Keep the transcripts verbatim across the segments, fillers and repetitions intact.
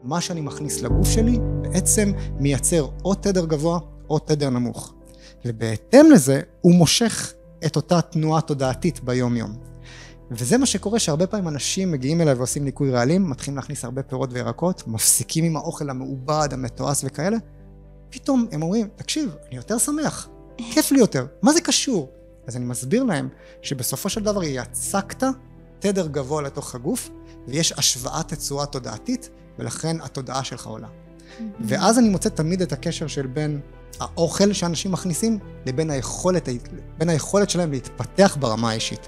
מה שאני מכניס לגוף שלי בעצם מייצר או תדר גבוה או תדר נמוך. ובהתאם לזה הוא מושך את אותה תנועה תודעתית ביום יום. וזה מה שקורה שהרבה פעמים אנשים מגיעים אליי ועושים ניקוי רעלים, מתחילים להכניס הרבה פירות וירקות, מפסיקים עם האוכל המעובד, המתועש וכאלה, פתאום הם אומרים, תקשיב, אני יותר שמח, כיף לי יותר, מה זה קשור? אז אני מסביר להם שבסופו של דבר יצקת תדר גבוה לתוך הגוף, ויש השוואת תצורה תודעתית, ולכן התודעה שלך עולה. ואז אני מוצא תמיד את הקשר של בין האוכל שאנשים מכניסים, לבין היכולת, בין היכולת שלהם להתפתח ברמה האישית.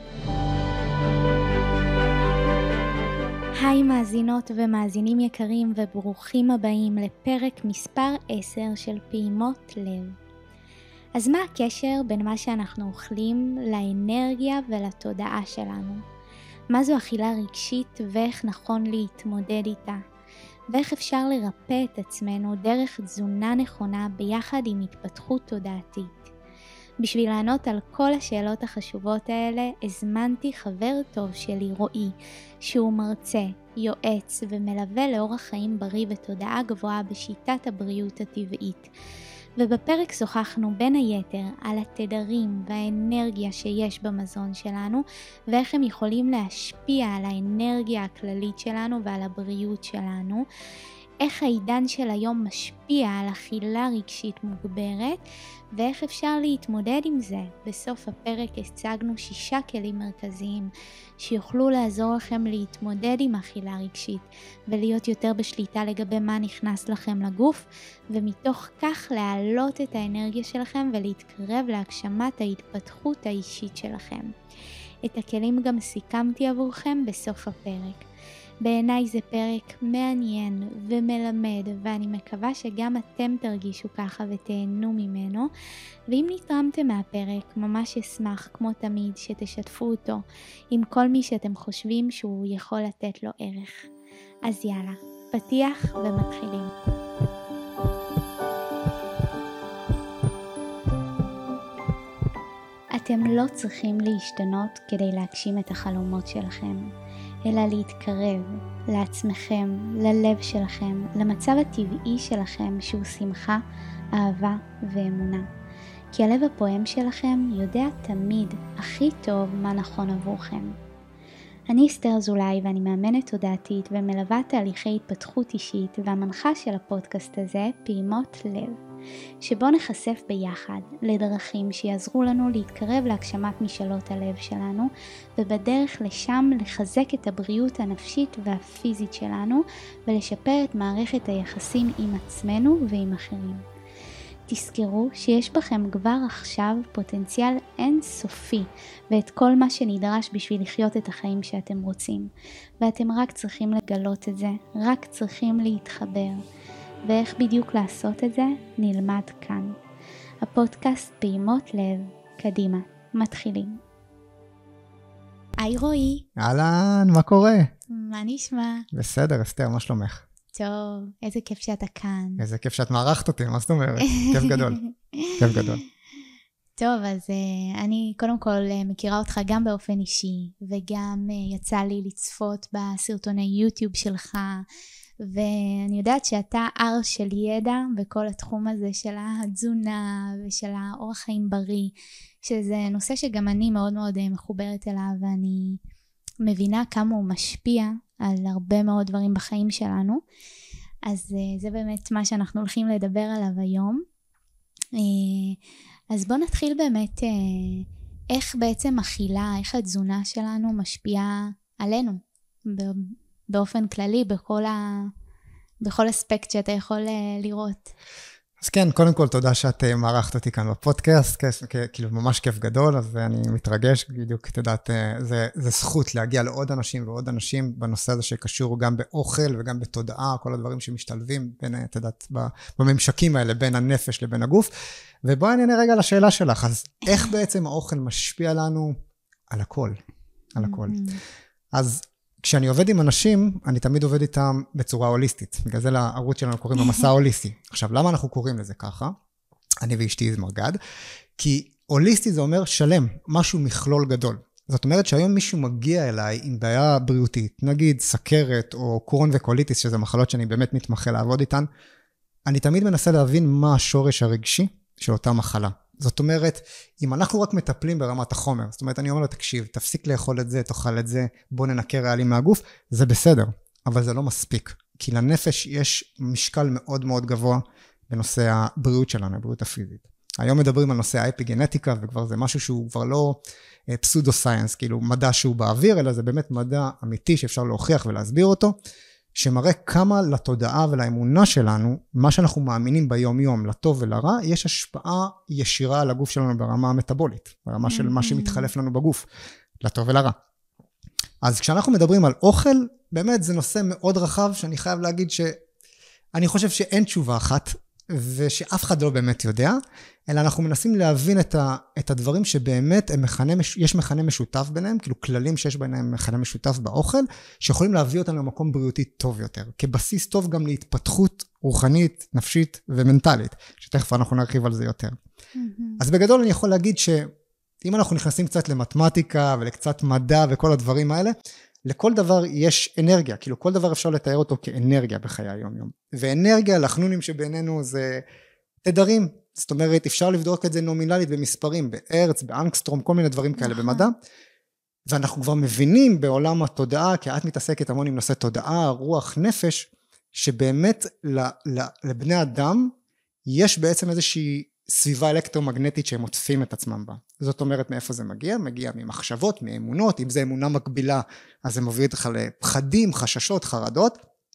היי מאזינות ומאזינים יקרים וברוכים הבאים לפרק מספר עשר של פעימות לב. אז מה הקשר בין מה שאנחנו אוכלים לאנרגיה ולתודעה שלנו? מה זו אכילה רגשית ואיך נכון להתמודד איתה? ואיך אפשר לרפא את עצמנו דרך תזונה נכונה ביחד עם התפתחות תודעתית? בשביל לענות על כל השאלות החשובות האלה, הזמנתי חבר טוב שלי, רועי, שהוא מרצה, יועץ ומלווה לאורח חיים בריא ותודעה גבוהה בשיטת הבריאות הטבעית. ובפרק שוחחנו בין היתר על התדרים והאנרגיה שיש במזון שלנו, ואיך הם יכולים להשפיע על האנרגיה הכללית שלנו ועל הבריאות שלנו, איך העידן של היום משפיע על אכילה רגשית מוגברת, ואיך אפשר להתמודד עם זה. בסוף הפרק הצגנו שישה כלים מרכזיים שיוכלו לעזור לכם להתמודד עם אכילה רגשית, ולהיות יותר בשליטה לגבי מה נכנס לכם לגוף, ומתוך כך להעלות את האנרגיה שלכם ולהתקרב להגשמת ההתפתחות האישית שלכם. את הכלים גם סיכמתי עבורכם בסוף הפרק. בעיניי זה פרק מעניין ומלמד, ואני מקווה שגם אתם תרגישו ככה ותהנו ממנו. ואם נתרמתם מהפרק, ממש אשמח כמו תמיד שתשתפו אותו עם כל מי שאתם חושבים שהוא יכול לתת לו ערך. אז יאללה, פתיח ומתחילים. אתם לא צריכים להשתנות כדי להגשים את החלומות שלכם, אלא להתקרב לעצמכם, ללב שלכם, למצב הטבעי שלכם שהוא שמחה, אהבה ואמונה. כי הלב הפועם שלכם יודע תמיד הכי טוב מה נכון עבורכם. אני אסתר אזולאי ואני מאמנת תודעתית ומלווה תהליכי התפתחות אישית, והמנחה של הפודקאסט הזה, פעימות לב, שבו נחשף ביחד לדרכים שיעזרו לנו להתקרב להגשמת משאלות הלב שלנו, ובדרך לשם לחזק את הבריאות הנפשית והפיזית שלנו, ולשפר את מערכת היחסים עם עצמנו ועם אחרים. תזכרו שיש בכם כבר עכשיו פוטנציאל אינסופי, ואת כל מה שנדרש בשביל לחיות את החיים שאתם רוצים, ואתם רק צריכים לגלות את זה, רק צריכים להתחבר. ואיך בדיוק לעשות את זה נלמד כאן. הפודקאסט פעימות לב, קדימה, מתחילים. היי רועי. אהלן, מה קורה? מה נשמע? בסדר, אסתר, מה שלומך? טוב, איזה כיף שאתה כאן. איזה כיף שאת מערכת אותי, מה זאת אומרת? כיף גדול, כיף גדול. טוב, אז uh, אני קודם כל uh, מכירה אותך גם באופן אישי, וגם uh, יצא לי לצפות בסרטוני יוטיוב שלך, ואני יודעת שאתה אר של ידע בכל התחום הזה של התזונה ושל האורח חיים בריא, שזה נושא שגם אני מאוד מאוד מחוברת אליו, ואני מבינה כמה הוא משפיע על הרבה מאוד דברים בחיים שלנו. אז זה באמת מה שאנחנו הולכים לדבר עליו היום. אז בוא נתחיל באמת איך בעצם אכילה, איך התזונה שלנו משפיעה עלינו באופן כללי, בכל, ה... בכל אספקט שאתה יכול לראות. אז כן, קודם כל תודה שאת מערכת אותי כאן בפודקאסט, כאילו ממש כיף גדול, אז אני מתרגש, בדיוק תדעת, זה, זה זכות להגיע לעוד אנשים ועוד אנשים בנושא הזה שקשור גם באוכל וגם בתודעה, כל הדברים שמשתלבים בין, תדעת, בממשקים האלה, בין הנפש לבין הגוף. ובואי אני נראה רגע לשאלה שלך, אז איך בעצם האוכל משפיע לנו על הכל, על הכל. אז כשאני עובד עם אנשים, אני תמיד עובד איתם בצורה הוליסטית. בגלל זה לערוץ שלנו קוראים המסע הוליסטי. עכשיו, למה אנחנו קוראים לזה ככה? אני ואשתי זמרגד. כי הוליסטי זה אומר שלם, משהו מכלול גדול. זאת אומרת שהיום מישהו מגיע אליי עם בעיה בריאותית, נגיד סכרת או קורון וקוליטיס, שזה מחלות שאני באמת מתמחה לעבוד איתן, אני תמיד מנסה להבין מה השורש הרגשי של אותה מחלה. זאת אומרת, אם אנחנו רק מטפלים ברמת החומר, זאת אומרת, אני אומר לו, תקשיב, תפסיק לאכול את זה, תאכל את זה, בוא ננקה רעלים מהגוף, זה בסדר, אבל זה לא מספיק. כי לנפש יש משקל מאוד מאוד גבוה בנושא הבריאות שלנו, הבריאות הפיזית. היום מדברים על נושא האפיגנטיקה, וכבר זה משהו שהוא כבר לא פסודו-סיינס, כאילו מדע שהוא באוויר, אלא זה באמת מדע אמיתי שאפשר להוכיח ולהסביר אותו, שמראה כמה לתודעה ולאמונה שלנו, מה שאנחנו מאמינים ביום-יום, לטוב ולרע, יש השפעה ישירה על הגוף שלנו ברמה המטאבולית, ברמה של מה שמתחלף לנו בגוף, לטוב ולרע. אז כשאנחנו מדברים על אוכל, באמת זה נושא מאוד רחב, שאני חייב להגיד שאני חושב שאין תשובה אחת, ושאף אחד לא באמת יודע, אלא אנחנו מנסים להבין את, ה, את הדברים שבאמת הם מכנה, יש מכנה משותף ביניהם, כאילו כללים שיש ביניהם מכנה משותף באוכל, שיכולים להביא אותנו למקום בריאותי טוב יותר, כבסיס טוב גם להתפתחות רוחנית, נפשית ומנטלית, שתכף אנחנו נרחיב על זה יותר. Mm-hmm. אז בגדול אני יכול להגיד שאם אנחנו נכנסים קצת למתמטיקה ולקצת מדע וכל הדברים האלה, לכל דבר יש אנרגיה, כאילו כל דבר אפשר לתאר אותו כאנרגיה בחיי היום-יום. ואנרגיה, לחנונים שבינינו זה תדרים. זאת אומרת, אפשר לבדוק את זה נומינלית במספרים, בארץ, באנגסטרום, כל מיני דברים כאלה במדע. ואנחנו כבר מבינים בעולם התודעה, כי את מתעסקת המון עם נושא תודעה, רוח, נפש, שבאמת לבני אדם יש בעצם איזושהי סביבה אלקטרומגנטית שהם עוטפים את עצמם בה. זאת אומרת, מאיפה זה מגיע? מגיע ממחשבות, מאמונות, אם זה אמונה מקבילה, אז זה מביא אותך לפחדים, חששות, חרדות,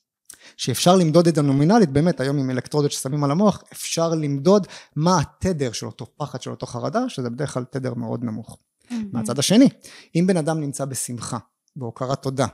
שאפשר למדוד את הנומינלית, באמת היום עם אלקטרודות ששמים על המוח, אפשר למדוד מה התדר של אותו פחד, של אותו חרדה, שזה בדרך כלל תדר מאוד נמוך. Mm-hmm. מהצד השני, אם בן אדם נמצא בשמחה, בהוקרת תודה,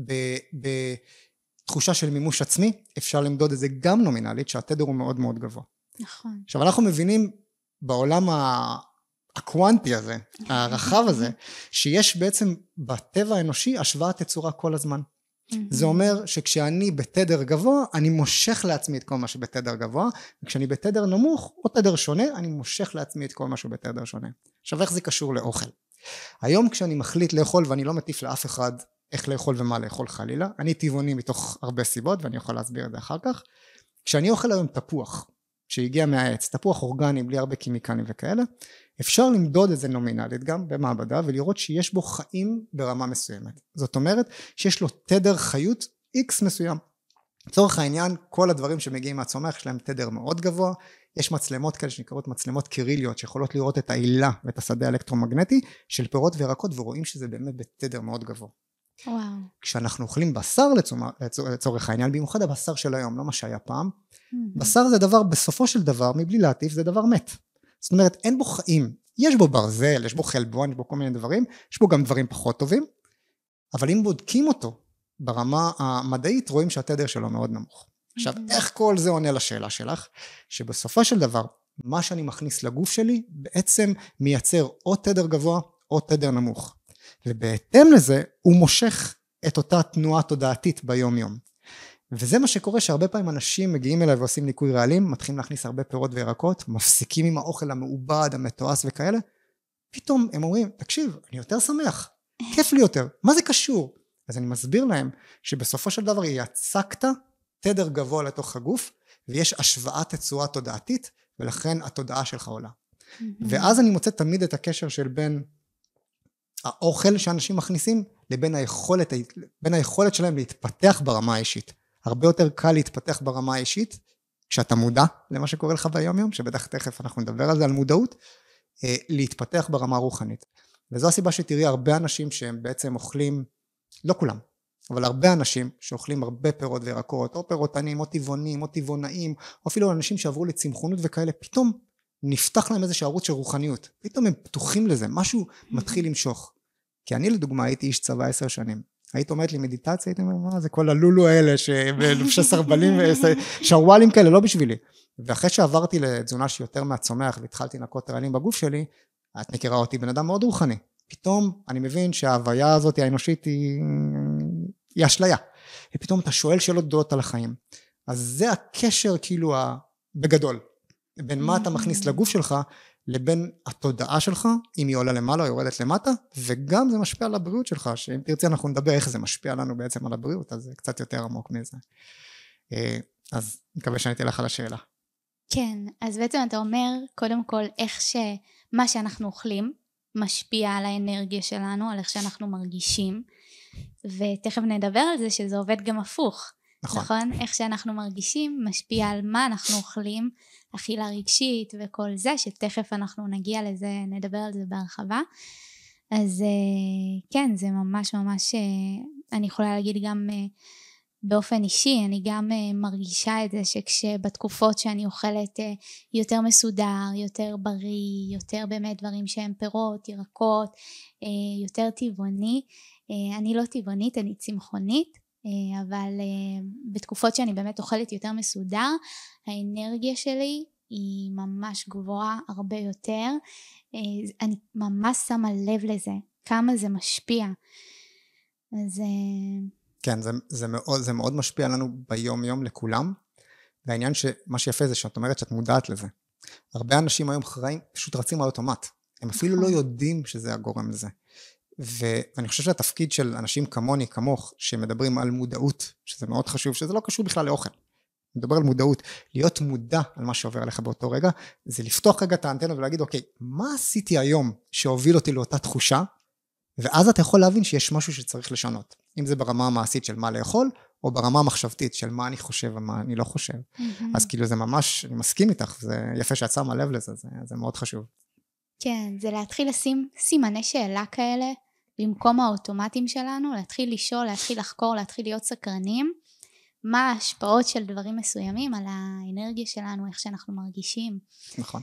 בתחושה של מימוש עצמי, אפשר למדוד את זה גם נומינלית, שהתדר הוא מאוד מאוד גבוה. נכון. עכשיו אנחנו מבינים בעולם הקוונטי הזה, הרחב הזה, שיש בעצם בטבע האנושי השוואת תצורה כל הזמן. זה אומר שכשאני בתדר גבוה, אני מושך לעצמי את כל מה שבתדר גבוה, וכשאני בתדר נמוך או תדר שונה, אני מושך לעצמי את כל מה שבתדר שונה. עכשיו איך זה קשור לאוכל? היום כשאני מחליט לאכול ואני לא מטיף לאף אחד איך לאכול ומה לאכול חלילה, אני טבעוני מתוך הרבה סיבות ואני יכול להסביר את זה אחר כך. כשאני אוכל היום תפוח, שהגיע מהעץ, תפוח אורגני בלי הרבה קימיקלים וכאלה, אפשר למדוד את זה נומינלית גם במעבדה ולראות שיש בו חיים ברמה מסוימת. זאת אומרת שיש לו תדר חיות X מסוים. לצורך העניין, כל הדברים שמגיעים מהצומח יש להם תדר מאוד גבוה, יש מצלמות כאלה שנקראות מצלמות קיריליות שיכולות לראות את העילה ואת השדה האלקטרומגנטי של פירות וירקות ורואים שזה באמת בתדר מאוד גבוה. וואו. כשאנחנו אוכלים בשר לצורך העניין, במיוחד הבשר של היום, לא מה שהיה פעם, mm-hmm. בשר זה דבר בסופו של דבר, מבלי להטיף, זה דבר מת. זאת אומרת, אין בו חיים, יש בו ברזל, יש בו חלבון, יש בו כל מיני דברים, יש בו גם דברים פחות טובים, אבל אם בודקים אותו ברמה המדעית, רואים שהתדר שלו מאוד נמוך. Mm-hmm. עכשיו, איך כל זה עונה לשאלה שלך? שבסופו של דבר, מה שאני מכניס לגוף שלי, בעצם מייצר או תדר גבוה, או תדר נמוך. ובהתאם לזה, הוא מושך את אותה תנועה תודעתית ביום יום. וזה מה שקורה שהרבה פעמים אנשים מגיעים אליי ועושים ניקוי רעלים, מתחילים להכניס הרבה פירות וירקות, מפסיקים עם האוכל המעובד, המתועש וכאלה, פתאום הם אומרים, תקשיב, אני יותר שמח, כיף לי יותר, מה זה קשור? אז אני מסביר להם שבסופו של דבר יצקת תדר גבוה לתוך הגוף, ויש השוואת תצורה תודעתית, ולכן התודעה שלך עולה. ואז אני מוצא תמיד את הקשר של בין האוכל שאנשים מכניסים, לבין היכולת, בין היכולת שלהם להתפתח ברמה האישית. הרבה יותר קל להתפתח ברמה האישית, כשאתה מודע למה שקורה לך ביום יום, שבטח תכף אנחנו נדבר על זה, על מודעות, להתפתח ברמה רוחנית. וזו הסיבה שתראי הרבה אנשים שהם בעצם אוכלים, לא כולם, אבל הרבה אנשים שאוכלים הרבה פירות וירקות, או פירות עניים, או טבעונים, או טבעונאים, או אפילו אנשים שעברו לצמחונות וכאלה, פתאום נפתח להם איזשהו ערוץ של רוחניות. פתאום הם פתוחים לזה, משהו מתחיל למשוך. כי אני לדוגמה הייתי איש צבא עשר שנים. היית אומרת לי מדיטציה, הייתי אומר, מה זה כל הלולו האלה, שלובשי סרבלים ושרוואלים כאלה, לא בשבילי. ואחרי שעברתי לתזונה שיותר מהצומח, והתחלתי לנקות רעלים בגוף שלי, את מכירה אותי בן אדם מאוד רוחני. פתאום אני מבין שההוויה הזאת האנושית היא, היא אשליה. ופתאום אתה שואל שאלות גדולות על החיים. אז זה הקשר כאילו בגדול. בין מה אתה מכניס לגוף שלך, לבין התודעה שלך, אם היא עולה למעלה או יורדת למטה, וגם זה משפיע על הבריאות שלך, שאם תרצי אנחנו נדבר איך זה משפיע לנו בעצם על הבריאות, אז זה קצת יותר עמוק מזה. אז מקווה שאני אתן לך על השאלה. כן, אז בעצם אתה אומר, קודם כל, איך שמה שאנחנו אוכלים, משפיע על האנרגיה שלנו, על איך שאנחנו מרגישים, ותכף נדבר על זה שזה עובד גם הפוך. נכון. נכון? איך שאנחנו מרגישים משפיע על מה אנחנו אוכלים, אכילה רגשית וכל זה, שתכף אנחנו נגיע לזה, נדבר על זה בהרחבה. אז כן, זה ממש ממש, אני יכולה להגיד גם באופן אישי, אני גם מרגישה את זה שכשבתקופות שאני אוכלת יותר מסודר, יותר בריא, יותר באמת דברים שהם פירות, ירקות, יותר טבעוני, אני לא טבעונית, אני צמחונית, אבל בתקופות שאני באמת אוכלת יותר מסודר, האנרגיה שלי היא ממש גבוהה הרבה יותר, אני ממש שמה לב לזה, כמה זה משפיע. אז כן, זה, זה מאוד, זה מאוד משפיע לנו ביום יום לכולם, והעניין שמה שיפה זה שאת אומרת שאת מודעת לזה. הרבה אנשים היום חיים פשוט רצים על אוטומט, הם אפילו לא יודעים שזה הגורם לזה. ואני חושב שהתפקיד של אנשים כמוני, כמוך, שמדברים על מודעות, שזה מאוד חשוב, שזה לא קשור בכלל לאוכל. מדבר על מודעות, להיות מודע על מה שעובר עליך באותו רגע, זה לפתוח רגע את האנטנה ולהגיד, אוקיי, מה עשיתי היום שהוביל אותי לאותה תחושה, ואז אתה יכול להבין שיש משהו שצריך לשנות. אם זה ברמה המעשית של מה לאכול, או ברמה המחשבתית של מה אני חושב ומה אני לא חושב. Mm-hmm. אז כאילו זה ממש, אני מסכים איתך, זה יפה שאת שמה לב לזה, זה, זה מאוד חשוב. כן, זה להתחיל לשים סימני שאלה כאלה, במקום האוטומטים שלנו, להתחיל לשאול, להתחיל לחקור, להתחיל להיות סקרנים, מה ההשפעות של דברים מסוימים על האנרגיה שלנו, איך שאנחנו מרגישים. נכון.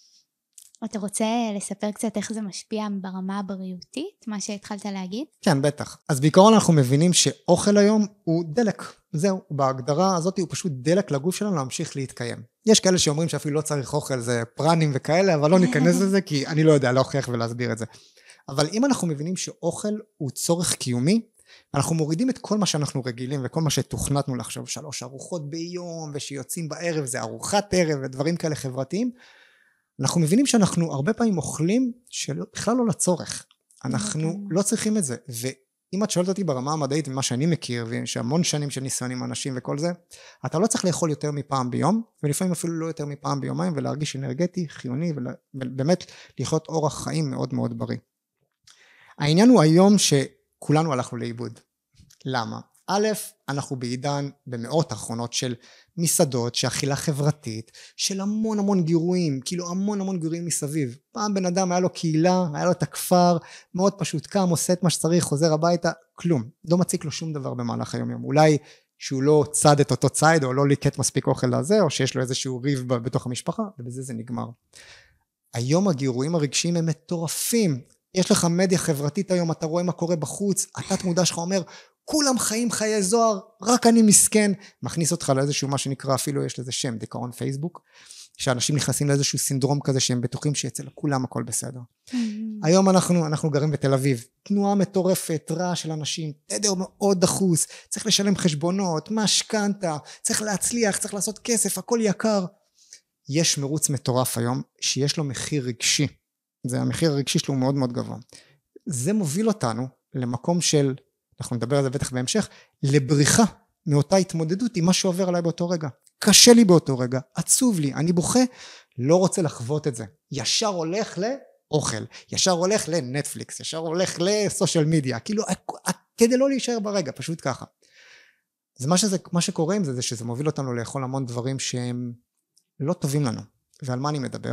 אתה רוצה לספר קצת איך זה משפיע ברמה הבריאותית, מה שהתחלת להגיד? כן, בטח. אז בעיקרון אנחנו מבינים שאוכל היום הוא דלק. זהו, בהגדרה הזאת הוא פשוט דלק לגוף שלנו להמשיך להתקיים. יש כאלה שאומרים שאפילו לא צריך אוכל, זה פרנים וכאלה, אבל לא ניכנס לזה, כי אני לא יודע להוכיח ולהסביר את זה. אבל אם אנחנו מבינים שאוכל הוא צורך קיומי, אנחנו מורידים את כל מה שאנחנו רגילים וכל מה שתוכנתנו לחשוב, שלוש ארוחות ביום ושיוצאים בערב, זה ארוחת ערב ודברים כאלה חברתיים, אנחנו מבינים שאנחנו הרבה פעמים אוכלים שבכלל לא לצורך, אנחנו לא צריכים את זה, ואם את שואלת אותי ברמה המדעית ממה שאני מכיר, ויש המון שנים של ניסיון עם אנשים וכל זה, אתה לא צריך לאכול יותר מפעם ביום, ולפעמים אפילו לא יותר מפעם ביומיים, ולהרגיש אנרגטי, חיוני, ובאמת לחיות אורח חיים מאוד מאוד בריא. העניין הוא היום שכולנו הלכנו לאיבוד. למה? א', אנחנו בעידן במאות האחרונות של מסעדות, שאכילה חברתית, של המון המון גירויים, כאילו המון המון גירויים מסביב. פעם בן אדם היה לו קהילה, היה לו את הכפר, מאוד פשוט קם, עושה את מה שצריך, חוזר הביתה, כלום. לא מציק לו שום דבר במהלך היום יום. אולי שהוא לא צד את אותו צייד, או לא ליקט מספיק אוכל לזה, או שיש לו איזשהו ריב בתוך המשפחה, ובזה זה נגמר. היום הגירויים הרגשיים הם מטורפים. יש לך מדיה חברתית היום, אתה רואה מה קורה בחוץ, התת מודע שלך אומר, כולם חיים חיי זוהר, רק אני מסכן, מכניס אותך לאיזשהו מה שנקרא, אפילו יש לזה שם, דיכאון פייסבוק, שאנשים נכנסים לאיזשהו סינדרום כזה, שהם בטוחים שאצל כולם הכל בסדר. Mm-hmm. היום אנחנו, אנחנו גרים בתל אביב, תנועה מטורפת, רע של אנשים, תדר מאוד דחוס, צריך לשלם חשבונות, משכנתה, צריך להצליח, צריך לעשות כסף, הכל יקר. יש מרוץ מטורף היום, שיש לו מחיר רגשי, זה המחיר הרגשי שלו מאוד מאוד גבוה. זה מוביל אותנו למקום של, אנחנו נדבר על זה בטח בהמשך, לבריחה מאותה התמודדות עם מה שעובר עליי באותו רגע. קשה לי באותו רגע, עצוב לי, אני בוכה, לא רוצה לחוות את זה. ישר הולך לאוכל, ישר הולך לנטפליקס, ישר הולך לסושיאל מדיה, כאילו כדי לא להישאר ברגע, פשוט ככה. אז מה, שזה, מה שקורה עם זה, זה שזה מוביל אותנו לאכול המון דברים שהם לא טובים לנו. ועל מה אני מדבר?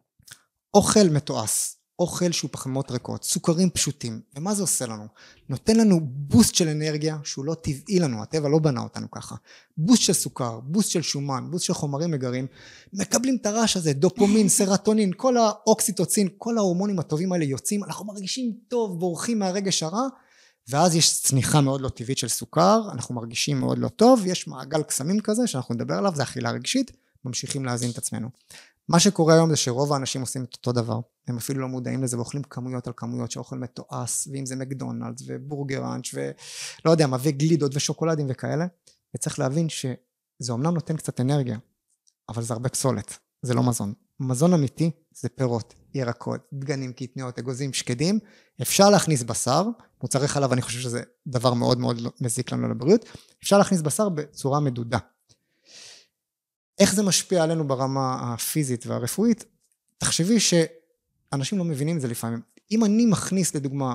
אוכל מתועש, אוכל שהוא פחמימות ריקות, סוכרים פשוטים, ומה זה עושה לנו? נותן לנו בוסט של אנרגיה שהוא לא טבעי לנו, הטבע לא בנה אותנו ככה. בוסט של סוכר, בוסט של שומן, בוסט של חומרים מגרים, מקבלים את הרעש הזה, דופומין, סרטונין, כל האוקסיטוצין, כל ההורמונים הטובים האלה יוצאים, אנחנו מרגישים טוב, בורחים מהרגש הרע, ואז יש צניחה מאוד לא טבעית של סוכר, אנחנו מרגישים מאוד לא טוב, יש מעגל קסמים כזה שאנחנו נדבר עליו, זה אכילה רגשית, ממשיכים להזין את עצמנו. מה שקורה היום זה שרוב האנשים עושים את אותו דבר, הם אפילו לא מודעים לזה ואוכלים כמויות על כמויות שאוכל מתועש, ואם זה מקדונלדס ובורגראנץ' ולא יודע מה, וגלידות ושוקולדים וכאלה, וצריך להבין שזה אומנם נותן קצת אנרגיה, אבל זה הרבה פסולת, זה לא מזון, מזון אמיתי זה פירות, ירקות, דגנים, קטניות, אגוזים, שקדים. אפשר להכניס בשר, מוצרי חלב, אני חושב שזה דבר מאוד מאוד מזיק לנו לבריאות. אפשר להכניס בשר בצורה מדודה. איך זה משפיע עלינו ברמה הפיזית והרפואית? תחשבי שאנשים לא מבינים את זה לפעמים. אם אני מכניס לדוגמה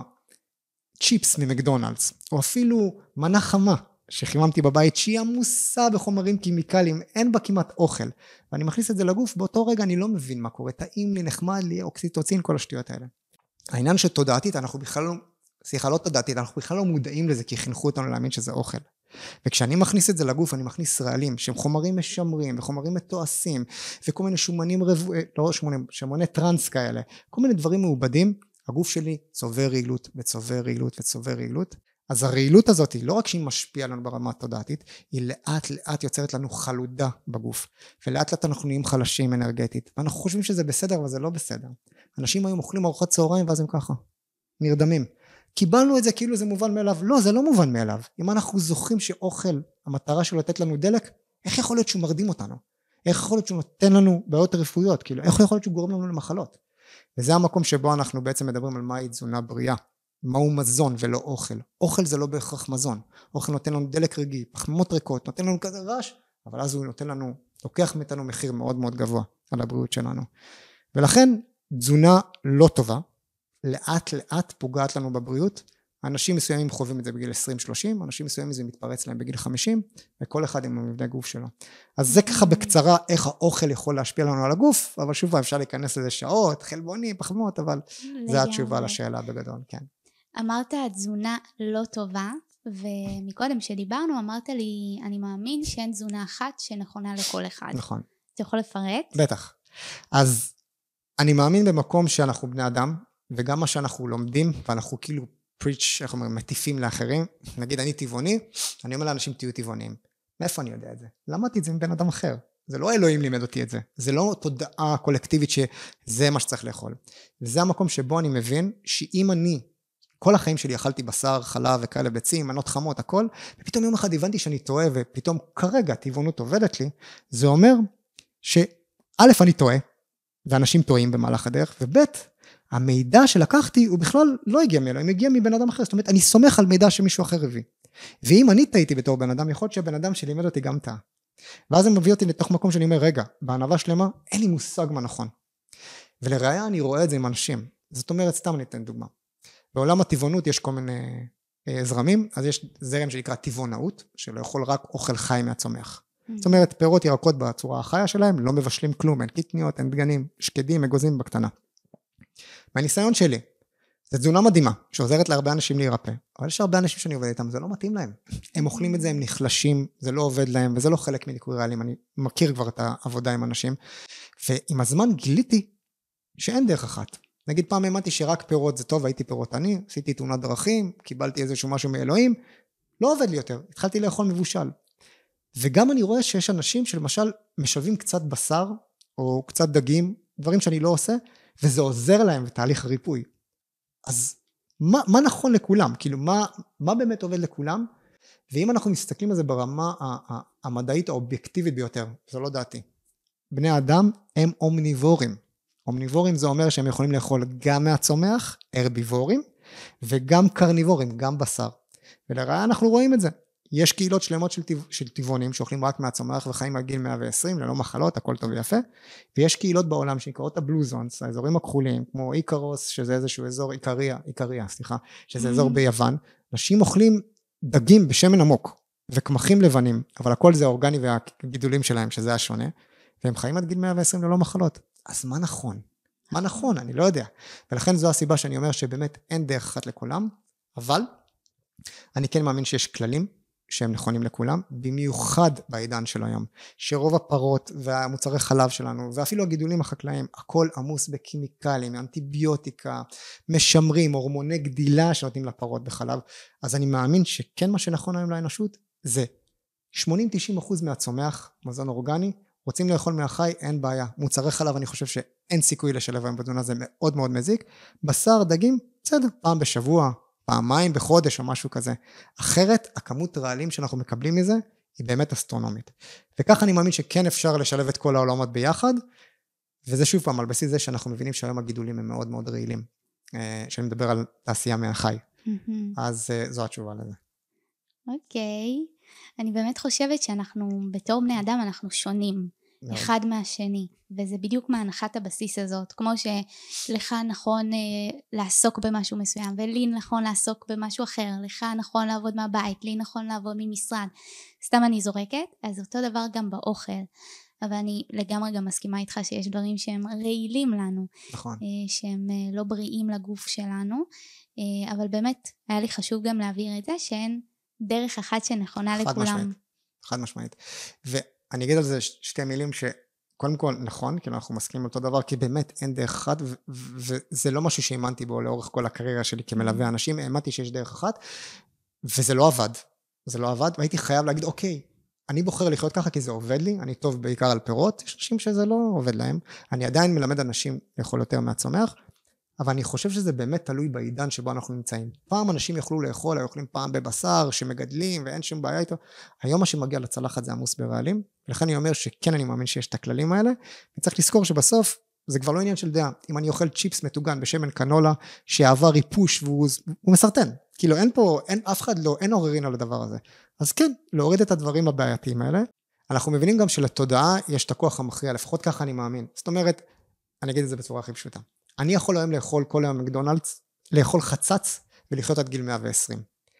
צ'יפס ממקדונלדס, או אפילו מנה חמה שחיממתי בבית, שהיא עמוסה בחומרים קימיקליים, אין בה כמעט אוכל, ואני מכניס את זה לגוף, באותו רגע אני לא מבין מה קורה, טעים לי, נחמד לי, אוקסיטוצין, כל השטויות האלה. העניין שתודעתית, אנחנו בכלל לא, סליחה, לא תודעתית, אנחנו בכלל לא מודעים לזה, כי חינכו אותנו להאמין שזה אוכל. וכשאני מכניס את זה לגוף, אני מכניס רעלים, שהם חומרים משמרים, וחומרים מתועשים, וכל מיני שומנים רבועי, לא שומנים, שומני טרנס כאלה, כל מיני דברים מעובדים, הגוף שלי צובר רעילות, וצובר רעילות, וצובר רעילות. אז הרעילות הזאת, לא רק שהיא משפיעה לנו ברמה התודעתית, היא לאט לאט יוצרת לנו חלודה בגוף, ולאט לאט אנחנו נהיים חלשים אנרגטית, ואנחנו חושבים שזה בסדר, אבל זה לא בסדר. אנשים היום אוכלים ארוחת צהריים, ואז הם ככה, נרדמים. קיבלנו את זה כאילו זה מובן מאליו, לא, זה לא מובן מאליו. אם אנחנו זוכרים שאוכל, המטרה שלו לתת לנו דלק, איך יכול להיות שהוא מרדים אותנו? איך יכול להיות שהוא נותן לנו בעיות רפואיות? כאילו, איך יכול להיות שהוא גורם לנו למחלות? וזה המקום שבו אנחנו בעצם מדברים על מהי תזונה בריאה. מהו מזון ולא אוכל. אוכל זה לא בהכרח מזון. אוכל נותן לנו דלק רגעי, פחמימות ריקות, נותן לנו כזה רעש, אבל אז הוא נותן לנו, לוקח מאיתנו מחיר מאוד מאוד גבוה על הבריאות שלנו. ולכן, תזונה לא טובה, לאט לאט פוגעת לנו בבריאות. אנשים מסוימים חווים את זה בגיל עשרים שלושים, אנשים מסוימים זה מתפרץ להם בגיל חמישים, וכל אחד עם המבנה גוף שלו. אז זה ככה בקצרה איך האוכל יכול להשפיע לנו על הגוף, אבל שוב אפשר להיכנס לזה שעות, חלבונים, פחמימות, אבל זה התשובה לשאלה בגדול, כן. אמרת תזונה לא טובה, ומקודם שדיברנו אמרת לי, אני מאמין שאין תזונה אחת שנכונה לכל אחד. נכון. אתה יכול לפרט? בטח. אז אני מאמין במקום שאנחנו בני אדם, וגם מה שאנחנו לומדים, ואנחנו כאילו פריץ', איך אומרים, מטיפים לאחרים, נגיד אני טבעוני, אני אומר לאנשים תהיו טבעוניים. מאיפה אני יודע את זה? למדתי את זה מבן אדם אחר. זה לא אלוהים לימד אותי את זה. זה לא תודעה קולקטיבית שזה מה שצריך לאכול. וזה המקום שבו אני מבין שאם אני, כל החיים שלי אכלתי בשר, חלב וכאלה ביצים, מנות חמות, הכל, ופתאום יום אחד הבנתי שאני טועה, ופתאום כרגע טבעונות עובדת לי, זה אומר שא' אני טועה, ואנשים טועים במהלך הדרך, וב' המידע שלקחתי הוא בכלל לא הגיע מאלוהים, הגיע מבן אדם אחר, זאת אומרת, אני סומך על מידע שמישהו אחר הביא. ואם אני טעיתי בתור בן אדם, יכול להיות שהבן אדם שלימד אותי גם טעה. ואז הם מביא אותי לתוך מקום שאני אומר, רגע, בענווה שלמה, אין לי מושג מה נכון. ולראיה אני רואה את זה עם אנשים. זאת אומרת, סתם אני אתן דוגמה. בעולם הטבעונות יש כל מיני זרמים, אז יש זרם שנקרא טבעונאות, שלא יכול רק אוכל חי מהצומח. זאת אומרת, פירות ירקות בצורה החיה שלהם, לא מבשלים כלום, אין קטניות, אין דגנים, שקדים, אגוזים בקטנה. מהניסיון שלי, זו תזונה מדהימה, שעוזרת להרבה אנשים להירפא, אבל יש הרבה אנשים שאני עובד איתם, זה לא מתאים להם. הם אוכלים את זה, הם נחלשים, זה לא עובד להם, וזה לא חלק מניקוי רעלים, אני מכיר כבר את העבודה עם אנשים, ועם הזמן גיליתי שאין דרך אחת. נגיד פעם האמנתי שרק פירות זה טוב, הייתי פירות עני, עשיתי תאונת דרכים, קיבלתי איזשהו משהו מאלוהים, לא עובד לי יותר, התחלתי לאכול מבושל. וגם אני רואה שיש אנשים שלמשל משלבים קצת בשר, או קצת דגים, דברים שאני לא עושה, וזה עוזר להם בתהליך הריפוי. אז מה, מה נכון לכולם? כאילו, מה, מה באמת עובד לכולם? ואם אנחנו מסתכלים על זה ברמה המדעית האובייקטיבית ביותר, זה לא דעתי. בני אדם הם אומניבורים. אומניבורים זה אומר שהם יכולים לאכול גם מהצומח, הרביבורים, וגם קרניבורים, גם בשר. ולראה אנחנו רואים את זה. יש קהילות שלמות של, טבע, של טבעונים שאוכלים רק מהצומח וחיים על גיל מאה ועשרים, ללא מחלות, הכל טוב ויפה. ויש קהילות בעולם שנקראות הבלוזונס, האזורים הכחולים, כמו איקרוס, שזה איזשהו אזור, איקריה, איקריה, סליחה, שזה אזור ביוון. אנשים אוכלים דגים בשמן עמוק, וקמחים לבנים, אבל הכל זה האורגני והגידולים שלהם, שזה השונה, והם חיים עד גיל מאה ועשרים ללא מחלות. אז מה נכון? מה נכון? אני לא יודע. ולכן זו הסיבה שאני אומר שבאמת אין דרך אחת לכולם, אבל אני כן מאמין שיש כללים שהם נכונים לכולם, במיוחד בעידן של היום, שרוב הפרות והמוצרי חלב שלנו, ואפילו הגידולים החקלאיים, הכל עמוס בקימיקלים, אנטיביוטיקה, משמרים, הורמוני גדילה שנותנים לפרות בחלב. אז אני מאמין שכן מה שנכון היום לאנושות, זה שמונים עד תשעים אחוז מהצומח, מזון אורגני, רוצים לאכול מהחי, אין בעיה. מוצרי חלב, אני חושב שאין סיכוי לשלב היום בתזונה, זה מאוד מאוד מזיק. בשר, דגים, בסדר, פעם בשבוע, פעמיים בחודש או משהו כזה. אחרת, הכמות רעלים שאנחנו מקבלים מזה, היא באמת אסטרונומית. וכך אני מאמין שכן אפשר לשלב את כל העולמות ביחד, וזה שוב פעם על בסיס זה שאנחנו מבינים שהיום הגידולים הם מאוד מאוד רעילים, שאני מדבר על תעשייה מהחי. אז זו התשובה לזה. אוקיי. אני באמת חושבת שאנחנו, בתור בני אדם, אנחנו שונים. אחד מהשני, וזה בדיוק מהנחת הבסיס הזאת, כמו שלך נכון אה, לעסוק במשהו מסוים, ולי נכון לעסוק במשהו אחר, לך נכון לעבוד מהבית, לי נכון לעבוד ממשרד, סתם אני זורקת, אז אותו דבר גם באוכל, אבל אני לגמרי גם מסכימה איתך שיש דברים שהם רעילים לנו, נכון. אה, שהם אה, לא בריאים לגוף שלנו, אה, אבל באמת היה לי חשוב גם להעביר את זה, שאין דרך אחת שנכונה חד לכולם. משמעית, חד משמעית, ו... אני אגיד על זה שתי מילים שקודם כל נכון, כי אנחנו מסכימים על אותו דבר, כי באמת אין דרך אחת, וזה לא משהו שהאמנתי בו לאורך כל הקריירה שלי כמלווה אנשים, האמנתי שיש דרך אחת, וזה לא עבד, זה לא עבד, והייתי חייב להגיד, אוקיי, אני בוחר לחיות ככה כי זה עובד לי, אני טוב בעיקר על פירות, יש אנשים שזה לא עובד להם, אני עדיין מלמד אנשים לאכול יותר מהצומח, אבל אני חושב שזה באמת תלוי בעידן שבו אנחנו נמצאים. פעם אנשים יכלו לאכול, היו אוכלים פעם בבשר שמגדלים ואין שום בעיה איתו. היום מה שמגיע לצלחת זה עמוס ברעלים, ולכן אני אומר שכן אני מאמין שיש את הכללים האלה, וצריך לזכור שבסוף זה כבר לא עניין של דעה. אם אני אוכל צ'יפס מטוגן בשמן קנולה שעבר ריפוש והוא מסרטן, כאילו אין פה, אין אף אחד לא, אין עוררין על הדבר הזה. אז כן, להוריד את הדברים הבעייתיים האלה. אנחנו מבינים גם שלתודעה יש את הכוח המכריע, לפחות ככה אני מאמין. זאת אומרת, אני אגיד את זה בצורה הכי פשוטה. אני יכול היום לאכול כל היום מקדונלדס, לאכול חצץ ולחיות עד גיל מאה ועשרים.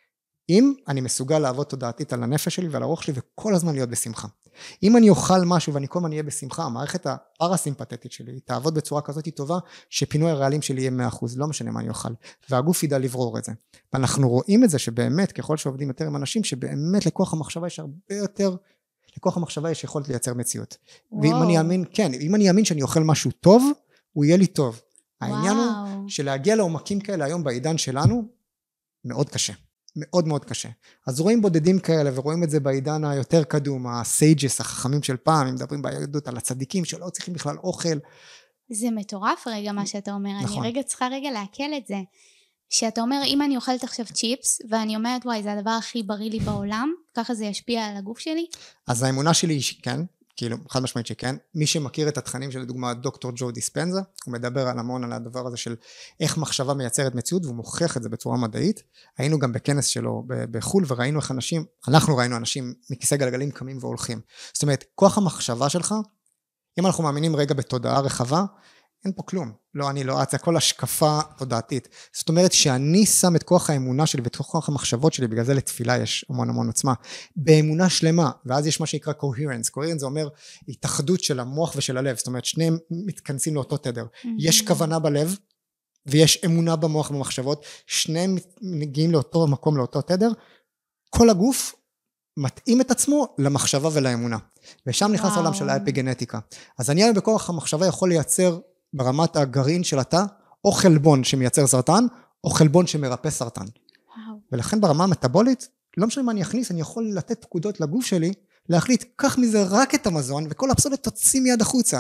אם אני מסוגל לעבוד תודעתית על הנפש שלי ועל הרוח שלי וכל הזמן להיות בשמחה. אם אני אוכל משהו ואני כל הזמן אהיה בשמחה, המערכת הפרסימפטית שלי תעבוד בצורה כזאת טובה שפינוי הרעלים שלי יהיה מאה אחוז, לא משנה מה אני אוכל, והגוף ידע לברור את זה. ואנחנו רואים את זה שבאמת ככל שעובדים יותר עם אנשים שבאמת לכוח המחשבה יש הרבה יותר, לכוח המחשבה יש יכולת לייצר מציאות. וואו. ואם אני אאמין, כן, אם אני אאמין שאני אוכל משהו טוב, הוא יהיה לי טוב. העניין וואו. הוא שלהגיע לעומקים כאלה היום בעידן שלנו, מאוד קשה, מאוד מאוד קשה. אז רואים בודדים כאלה ורואים את זה בעידן היותר קדום, הסייג'ס, החכמים של פעם, הם מדברים ביהדות על הצדיקים שלא צריכים בכלל אוכל. זה מטורף רגע מה שאתה אומר, נכון. אני רגע צריכה רגע להקל את זה. שאתה אומר, אם אני אוכלת עכשיו צ'יפס, ואני אומרת, וואי, זה הדבר הכי בריא לי בעולם, ככה זה ישפיע על הגוף שלי? אז האמונה שלי היא שכן, כאילו, חד משמעית שכן. מי שמכיר את התכנים של לדוגמה דוקטור ג'ו דיספנזה, הוא מדבר על המון על הדבר הזה של איך מחשבה מייצרת מציאות, והוא מוכיח את זה בצורה מדעית. היינו גם בכנס שלו בחול, וראינו איך אנשים, אנחנו ראינו אנשים מכיסא גלגלים קמים והולכים. זאת אומרת, כוח המחשבה שלך, אם אנחנו מאמינים רגע בתודעה רחבה, אין פה כלום. לא, אני לא, זה הכל השקפה תודעתית. זאת אומרת שאני שם את כוח האמונה שלי ואת כוח המחשבות שלי, בגלל זה לתפילה יש המון המון עוצמה, באמונה שלמה, ואז יש מה שנקרא coherence. coherence זה אומר התאחדות של המוח ושל הלב, זאת אומרת שניהם מתכנסים לאותו תדר. Mm-hmm. יש כוונה בלב, ויש אמונה במוח ובמחשבות, שניהם מגיעים לאותו מקום, לאותו תדר, כל הגוף מתאים את עצמו למחשבה ולאמונה. ושם נכנס וואו. העולם של האפיגנטיקה. אז אני היום בכוח המחשבה יכול לייצר ברמת הגרעין של התא, או חלבון שמייצר סרטן, או חלבון שמרפא סרטן. וואו. ולכן ברמה המטאבולית, לא משנה מה אני אכניס, אני יכול לתת פקודות לגוף שלי, להחליט, קח מזה רק את המזון, וכל הפסולת תוציא מיד החוצה.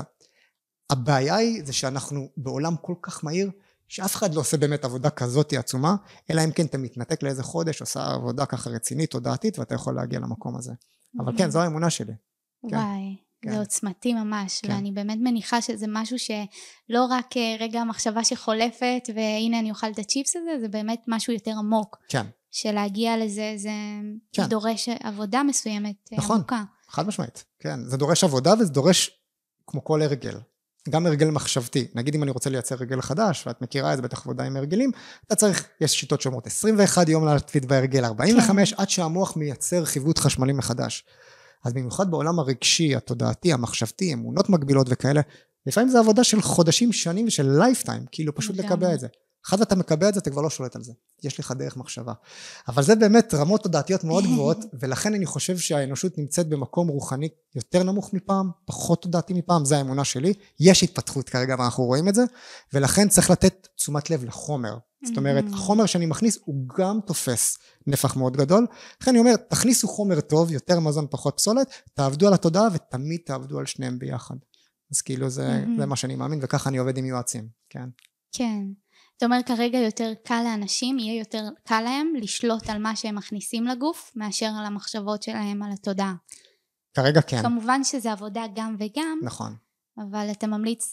הבעיה היא, זה שאנחנו בעולם כל כך מהיר, שאף אחד לא עושה באמת עבודה כזאת עצומה, אלא אם כן אתה מתנתק לאיזה חודש, עושה עבודה ככה רצינית, תודעתית, ואתה יכול להגיע למקום הזה. אבל כן, זו האמונה שלי. כן. וואי. כן. זה עוצמתי ממש, כן. ואני באמת מניחה שזה משהו שלא רק רגע המחשבה שחולפת, והנה אני אוכל את הצ'יפס הזה, זה באמת משהו יותר עמוק. כן. שלהגיע לזה, זה כן. דורש עבודה מסוימת נכון, עמוקה. חד משמעית, כן. זה דורש עבודה וזה דורש כמו כל הרגל. גם הרגל מחשבתי. נגיד אם אני רוצה לייצר הרגל חדש, ואת מכירה את זה בטח עבודה עם הרגלים, אתה צריך, יש שיטות שאומרות עשרים ואחד יום להטביע בהרגל, ארבעים וחמש, כן. עד שהמוח מייצר חיווט חשמלי מחדש. אז במיוחד בעולם הרגשי, התודעתי, המחשבתי, אמונות מגבילות וכאלה, לפעמים זה עבודה של חודשים, שנים ושל לייפטיים, כאילו פשוט לקבע את זה. אחד אתה מקבע את זה, אתה כבר לא שולט על זה. יש לך דרך מחשבה. אבל זה באמת רמות תודעתיות מאוד גבוהות, ולכן אני חושב שהאנושות נמצאת במקום רוחני יותר נמוך מפעם, פחות תודעתי מפעם, זה האמונה שלי. יש התפתחות כרגע ואנחנו רואים את זה, ולכן צריך לתת תשומת לב לחומר. זאת אומרת, החומר שאני מכניס הוא גם תופס נפח מאוד גדול. לכן אני אומר, תכניסו חומר טוב, יותר מזון, פחות פסולת, תעבדו על התודעה ותמיד תעבדו על שניהם ביחד. אז כאילו זה, זה מה שאני מאמין, וככה אני עובד עם יועצים, כן. כן. זאת אומרת, כרגע יותר קל לאנשים, יהיה יותר קל להם לשלוט על מה שהם מכניסים לגוף, מאשר על המחשבות שלהם, על התודעה. כרגע כן. כמובן שזה עבודה גם וגם. נכון. אבל אתה ממליץ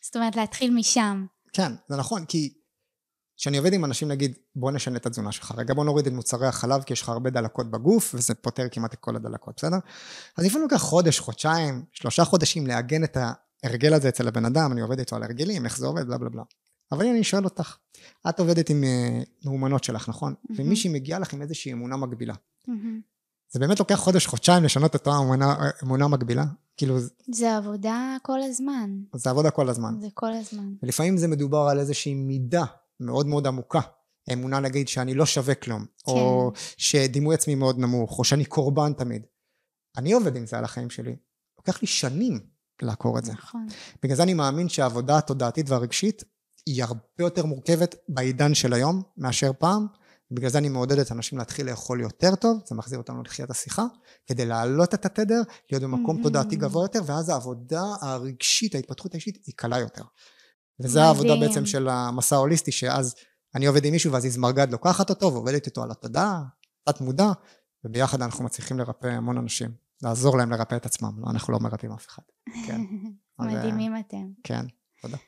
זאת אומרת, להתחיל משם. כן, זה נכון, כי כשאני עובד עם אנשים, נגיד, בוא נשנה את התזונה שלך, רגע בוא נוריד את מוצרי החלב, כי יש לך הרבה דלקות בגוף, וזה פותר כמעט את כל הדלקות, בסדר? אז לפעמים לוקח חודש, חודשיים, שלושה חודשים, לעגן את ההרגל הזה אצל הבן אדם, אני עובד איתו על הרגלים, איך זה עובד, בלה בלה בלה. אבל אני שואל אותך, את עובדת עם מאומנות שלך, נכון? Mm-hmm. ומישהי מגיעה לך עם איזושהי אמונה מגבילה. Mm-hmm. זה באמת לוקח חודש, חודשיים לשנות את האמונה, אמונה מגבילה? כאילו... זה עבודה כל הזמן. זה עבודה כל הזמן. זה כל הזמן. ולפעמים זה מדובר על איזושהי מידה מאוד מאוד עמוקה. אמונה נגיד שאני לא שווה כלום, כן. או שדימוי עצמי מאוד נמוך, או שאני קורבן תמיד. אני עובד עם זה על החיים שלי. לוקח לי שנים לעקור את זה. נכון. בגלל זה אני מאמין שהעבודה התודעתית והרגשית היא הרבה יותר מורכבת בעידן של היום מאשר פעם, בגלל זה אני מעודדת אנשים להתחיל לאכול יותר טוב, זה מחזיר אותנו לתחיית השיחה, כדי להעלות את התדר, להיות במקום תודעתי גבוה יותר, ואז העבודה הרגשית, ההתפתחות האישית, היא קלה יותר. וזה העבודה בעצם של המסע ההוליסטי, שאז אני עובד עם מישהו, ואז איזמרגד לוקחת אותו, ועובדת איתו על התודעה, תת מודע, וביחד אנחנו מצליחים לרפא המון אנשים, לעזור להם לרפא את עצמם, לא, אנחנו לא מרפאים אף אחד. כן. מדהימים אתם. כן, תודה.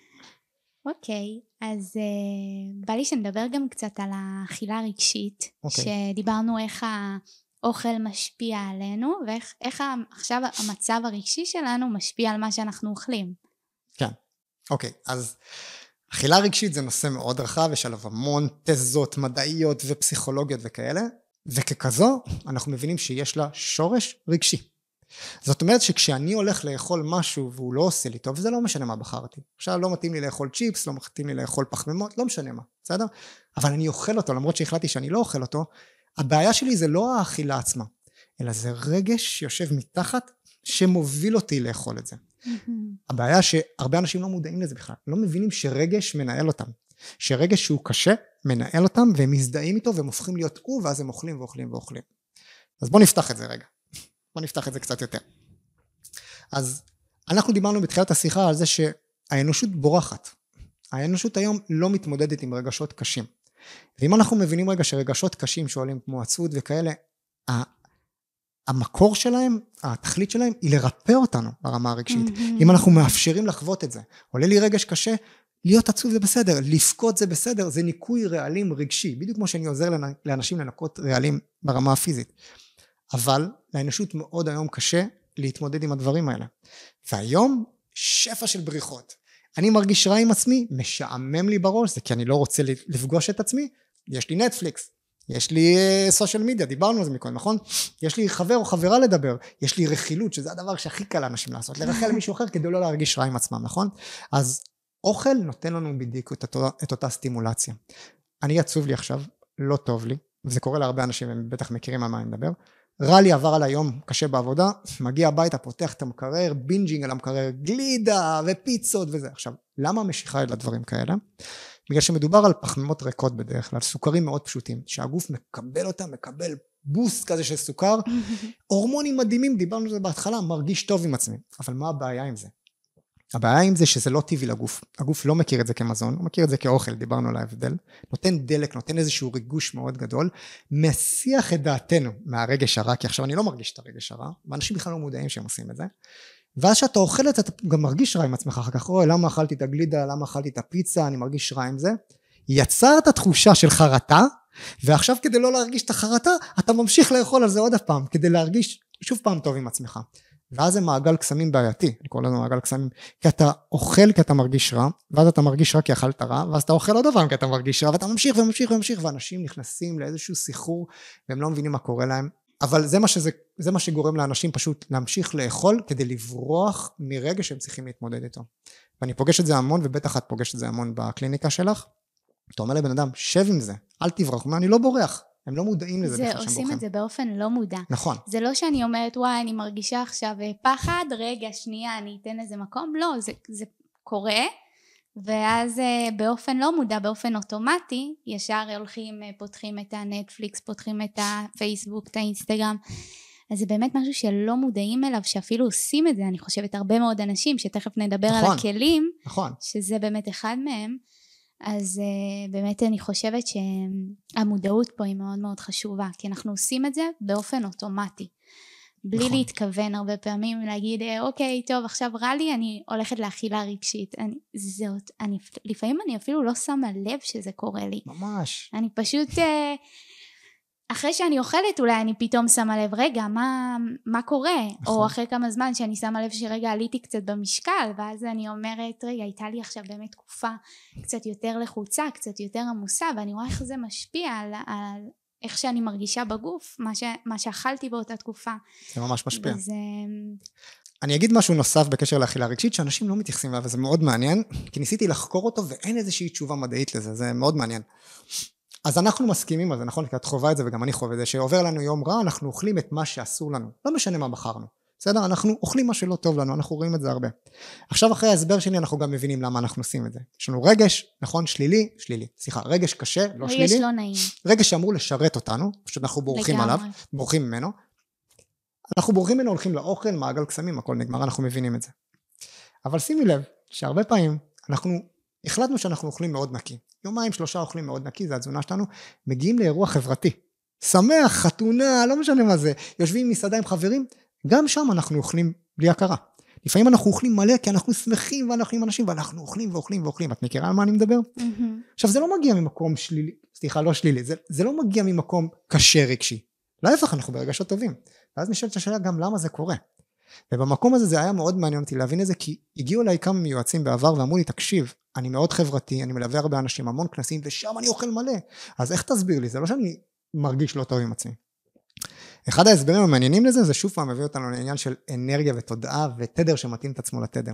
אוקיי, אז uh, בא לי שנדבר גם קצת על האכילה הרגשית, אוקיי. שדיברנו איך האוכל משפיע עלינו, ואיך איך עכשיו המצב הרגשי שלנו משפיע על מה שאנחנו אוכלים. כן, אוקיי, אז אכילה רגשית זה נושא מאוד רחב, יש עליו המון תזות מדעיות ופסיכולוגיות וכאלה, וככזו אנחנו מבינים שיש לה שורש רגשי. זאת אומרת שכשאני הולך לאכול משהו והוא לא עושה לי טוב, וזה לא משנה מה בחרתי. עכשיו לא מתאים לי לאכול צ'יפס, לא מתאים לי לאכול פחמימות, לא משנה מה, בסדר? אבל אני אוכל אותו, למרות שהחלטתי שאני לא אוכל אותו, הבעיה שלי זה לא האכילה עצמה, אלא זה רגש שיושב מתחת שמוביל אותי לאכול את זה. הבעיה שהרבה אנשים לא מודעים לזה בכלל, לא מבינים שרגש מנהל אותם, שרגש שהוא קשה מנהל אותם והם מזדהים איתו והם הופכים להיות הוא, ואז הם אוכלים ואוכלים ואוכלים. אז בוא נפתח את זה רגע. בוא נפתח את זה קצת יותר. אז אנחנו דיברנו בתחילת השיחה על זה שהאנושות בורחת. האנושות היום לא מתמודדת עם רגשות קשים. ואם אנחנו מבינים רגע שרגשות קשים שואלים כמו עצבות וכאלה, המקור שלהם, התכלית שלהם היא לרפא אותנו ברמה הרגשית. אם אנחנו מאפשרים לחוות את זה, עולה לי רגש קשה, להיות עצוב זה בסדר, לפקוד זה בסדר, זה ניקוי רעלים רגשי, בדיוק כמו שאני עוזר לאנשים לנקות רעלים ברמה הפיזית. אבל לאנושות מאוד היום קשה להתמודד עם הדברים האלה. והיום שפע של בריחות. אני מרגיש רע עם עצמי, משעמם לי בראש, זה כי אני לא רוצה לפגוש את עצמי, יש לי נטפליקס, יש לי סושיאל מדיה, דיברנו על זה מקודם, נכון? יש לי חבר או חברה לדבר, יש לי רכילות, שזה הדבר שהכי קל לאנשים לעשות, לרחל מישהו אחר כדי לא להרגיש רע עם עצמם, נכון? אז אוכל נותן לנו בדיוק את, אותו, את אותה סטימולציה. אני עצוב לי עכשיו, לא טוב לי, וזה קורה להרבה אנשים, הם בטח מכירים על מה אני מדבר, רע לי עבר על היום קשה בעבודה, מגיע הביתה, פותח את המקרר, בינג'ינג על המקרר, גלידה ופיצות וזה. עכשיו, למה המשיכה אל הדברים כאלה? בגלל שמדובר על פחמימות ריקות בדרך כלל, סוכרים מאוד פשוטים, שהגוף מקבל אותם, מקבל בוסט כזה של סוכר, הורמונים מדהימים, דיברנו על זה בהתחלה, מרגיש טוב עם עצמי. אבל מה הבעיה עם זה? הבעיה עם זה שזה לא טבעי לגוף, הגוף לא מכיר את זה כמזון, הוא מכיר את זה כאוכל, דיברנו על ההבדל, נותן דלק, נותן איזשהו ריגוש מאוד גדול, מסיח את דעתנו מהרגש הרע, כי עכשיו אני לא מרגיש את הרגש הרע, ואנשים בכלל לא מודעים שהם עושים את זה, ואז שאתה אוכל את זה, אתה גם מרגיש רע עם עצמך אחר כך, אוי, למה אכלתי את הגלידה, למה אכלתי את הפיצה, אני מרגיש רע עם זה, יצר את התחושה של חרטה, ועכשיו כדי לא להרגיש את החרטה, אתה ממשיך לאכול על זה עוד פעם, כדי להרגיש שוב פעם טוב עם עצמך. ואז זה מעגל קסמים בעייתי, אני קורא לנו מעגל קסמים, כי אתה אוכל כי אתה מרגיש רע, ואז אתה מרגיש רע כי אכלת רע, ואז אתה אוכל עוד פעם כי אתה מרגיש רע, ואתה ממשיך וממשיך וממשיך, ואנשים נכנסים לאיזשהו סחרור, והם לא מבינים מה קורה להם, אבל זה מה, שזה, זה מה שגורם לאנשים פשוט להמשיך לאכול, כדי לברוח מרגע שהם צריכים להתמודד איתו. ואני פוגש את זה המון, ובטח את פוגשת את זה המון בקליניקה שלך, אתה אומר לבן אדם, שב עם זה, אל תברח, אומר, אני לא בורח. הם לא מודעים לזה בכלל שהם בורחים. עושים את זה באופן לא מודע. נכון. זה לא שאני אומרת, וואי, אני מרגישה עכשיו פחד, רגע, שנייה, אני אתן איזה מקום. לא, זה, זה קורה, ואז באופן לא מודע, באופן אוטומטי, ישר הולכים, פותחים את הנטפליקס, פותחים את הפייסבוק, את האינסטגרם. אז זה באמת משהו שלא מודעים אליו, שאפילו עושים את זה. אני חושבת הרבה מאוד אנשים, שתכף נדבר נכון, על הכלים, נכון. שזה באמת אחד מהם. אז uh, באמת אני חושבת שהמודעות פה היא מאוד מאוד חשובה, כי אנחנו עושים את זה באופן אוטומטי. בלי נכון. להתכוון הרבה פעמים, להגיד, אוקיי, טוב, עכשיו רע לי, אני הולכת לאכילה רגשית. אני, זאת, אני, לפעמים אני אפילו לא שמה לב שזה קורה לי. ממש. אני פשוט, אחרי שאני אוכלת, אולי אני פתאום שמה לב, רגע, מה, מה קורה? נכון. או אחרי כמה זמן שאני שמה לב שרגע עליתי קצת במשקל, ואז אני אומרת, רגע, הייתה לי עכשיו באמת תקופה קצת יותר לחוצה, קצת יותר עמוסה, ואני רואה איך זה משפיע על, על איך שאני מרגישה בגוף, מה, ש, מה שאכלתי באותה תקופה. זה ממש משפיע. וזה... אני אגיד משהו נוסף בקשר לאכילה רגשית, שאנשים לא מתייחסים לה, וזה מאוד מעניין, כי ניסיתי לחקור אותו, ואין איזושהי תשובה מדעית לזה, זה מאוד מעניין. אז אנחנו מסכימים על זה, נכון? כי את חובה את זה, וגם אני חווה את זה, שעובר לנו יום רע, אנחנו אוכלים את מה שאסור לנו. לא משנה מה בחרנו. בסדר? אנחנו אוכלים מה שלא טוב לנו, אנחנו רואים את זה הרבה. עכשיו אחרי ההסבר שלי, אנחנו גם מבינים למה אנחנו עושים את זה. יש לנו רגש, נכון? שלילי, שלילי. סליחה, רגש קשה, לא שלילי. רגש לא נעים. רגש שאמור לשרת אותנו, פשוט אנחנו בורחים עליו, בורחים ממנו. אנחנו בורחים ממנו, הולכים לאוכל, מעגל קסמים, הכל נגמר, אנחנו מבינים את זה. אבל שימי לב, שהרבה פעמים אנחנו החלטנו שאנחנו אוכלים מאוד נקי. יומיים שלושה אוכלים מאוד נקי, זה התזונה שלנו, מגיעים לאירוע חברתי. שמח, חתונה, לא משנה מה זה. יושבים מסעדה עם חברים, גם שם אנחנו אוכלים בלי הכרה. לפעמים אנחנו אוכלים מלא, כי אנחנו שמחים ואנחנו עם אנשים, ואנחנו אוכלים ואוכלים ואוכלים. את מכירה על מה אני מדבר? Mm-hmm. עכשיו, זה לא מגיע ממקום שלילי, סליחה, לא שלילי, זה, זה לא מגיע ממקום קשה רגשי. להפך, אנחנו ברגשות טובים. ואז נשאלת השאלה גם למה זה קורה. ובמקום הזה זה היה מאוד מעניין אותי להבין את זה, כי הגיעו אליי כמה מיועצים בעבר ואמרו לי, תקשיב, אני מאוד חברתי, אני מלווה הרבה אנשים, המון כנסים, ושם אני אוכל מלא. אז איך תסביר לי? זה לא שאני מרגיש לא טוב עם עצמי. אחד ההסברים המעניינים לזה, זה שוב פעם מביא אותנו לעניין של אנרגיה ותודעה, ותדר שמתאים את עצמו לתדר.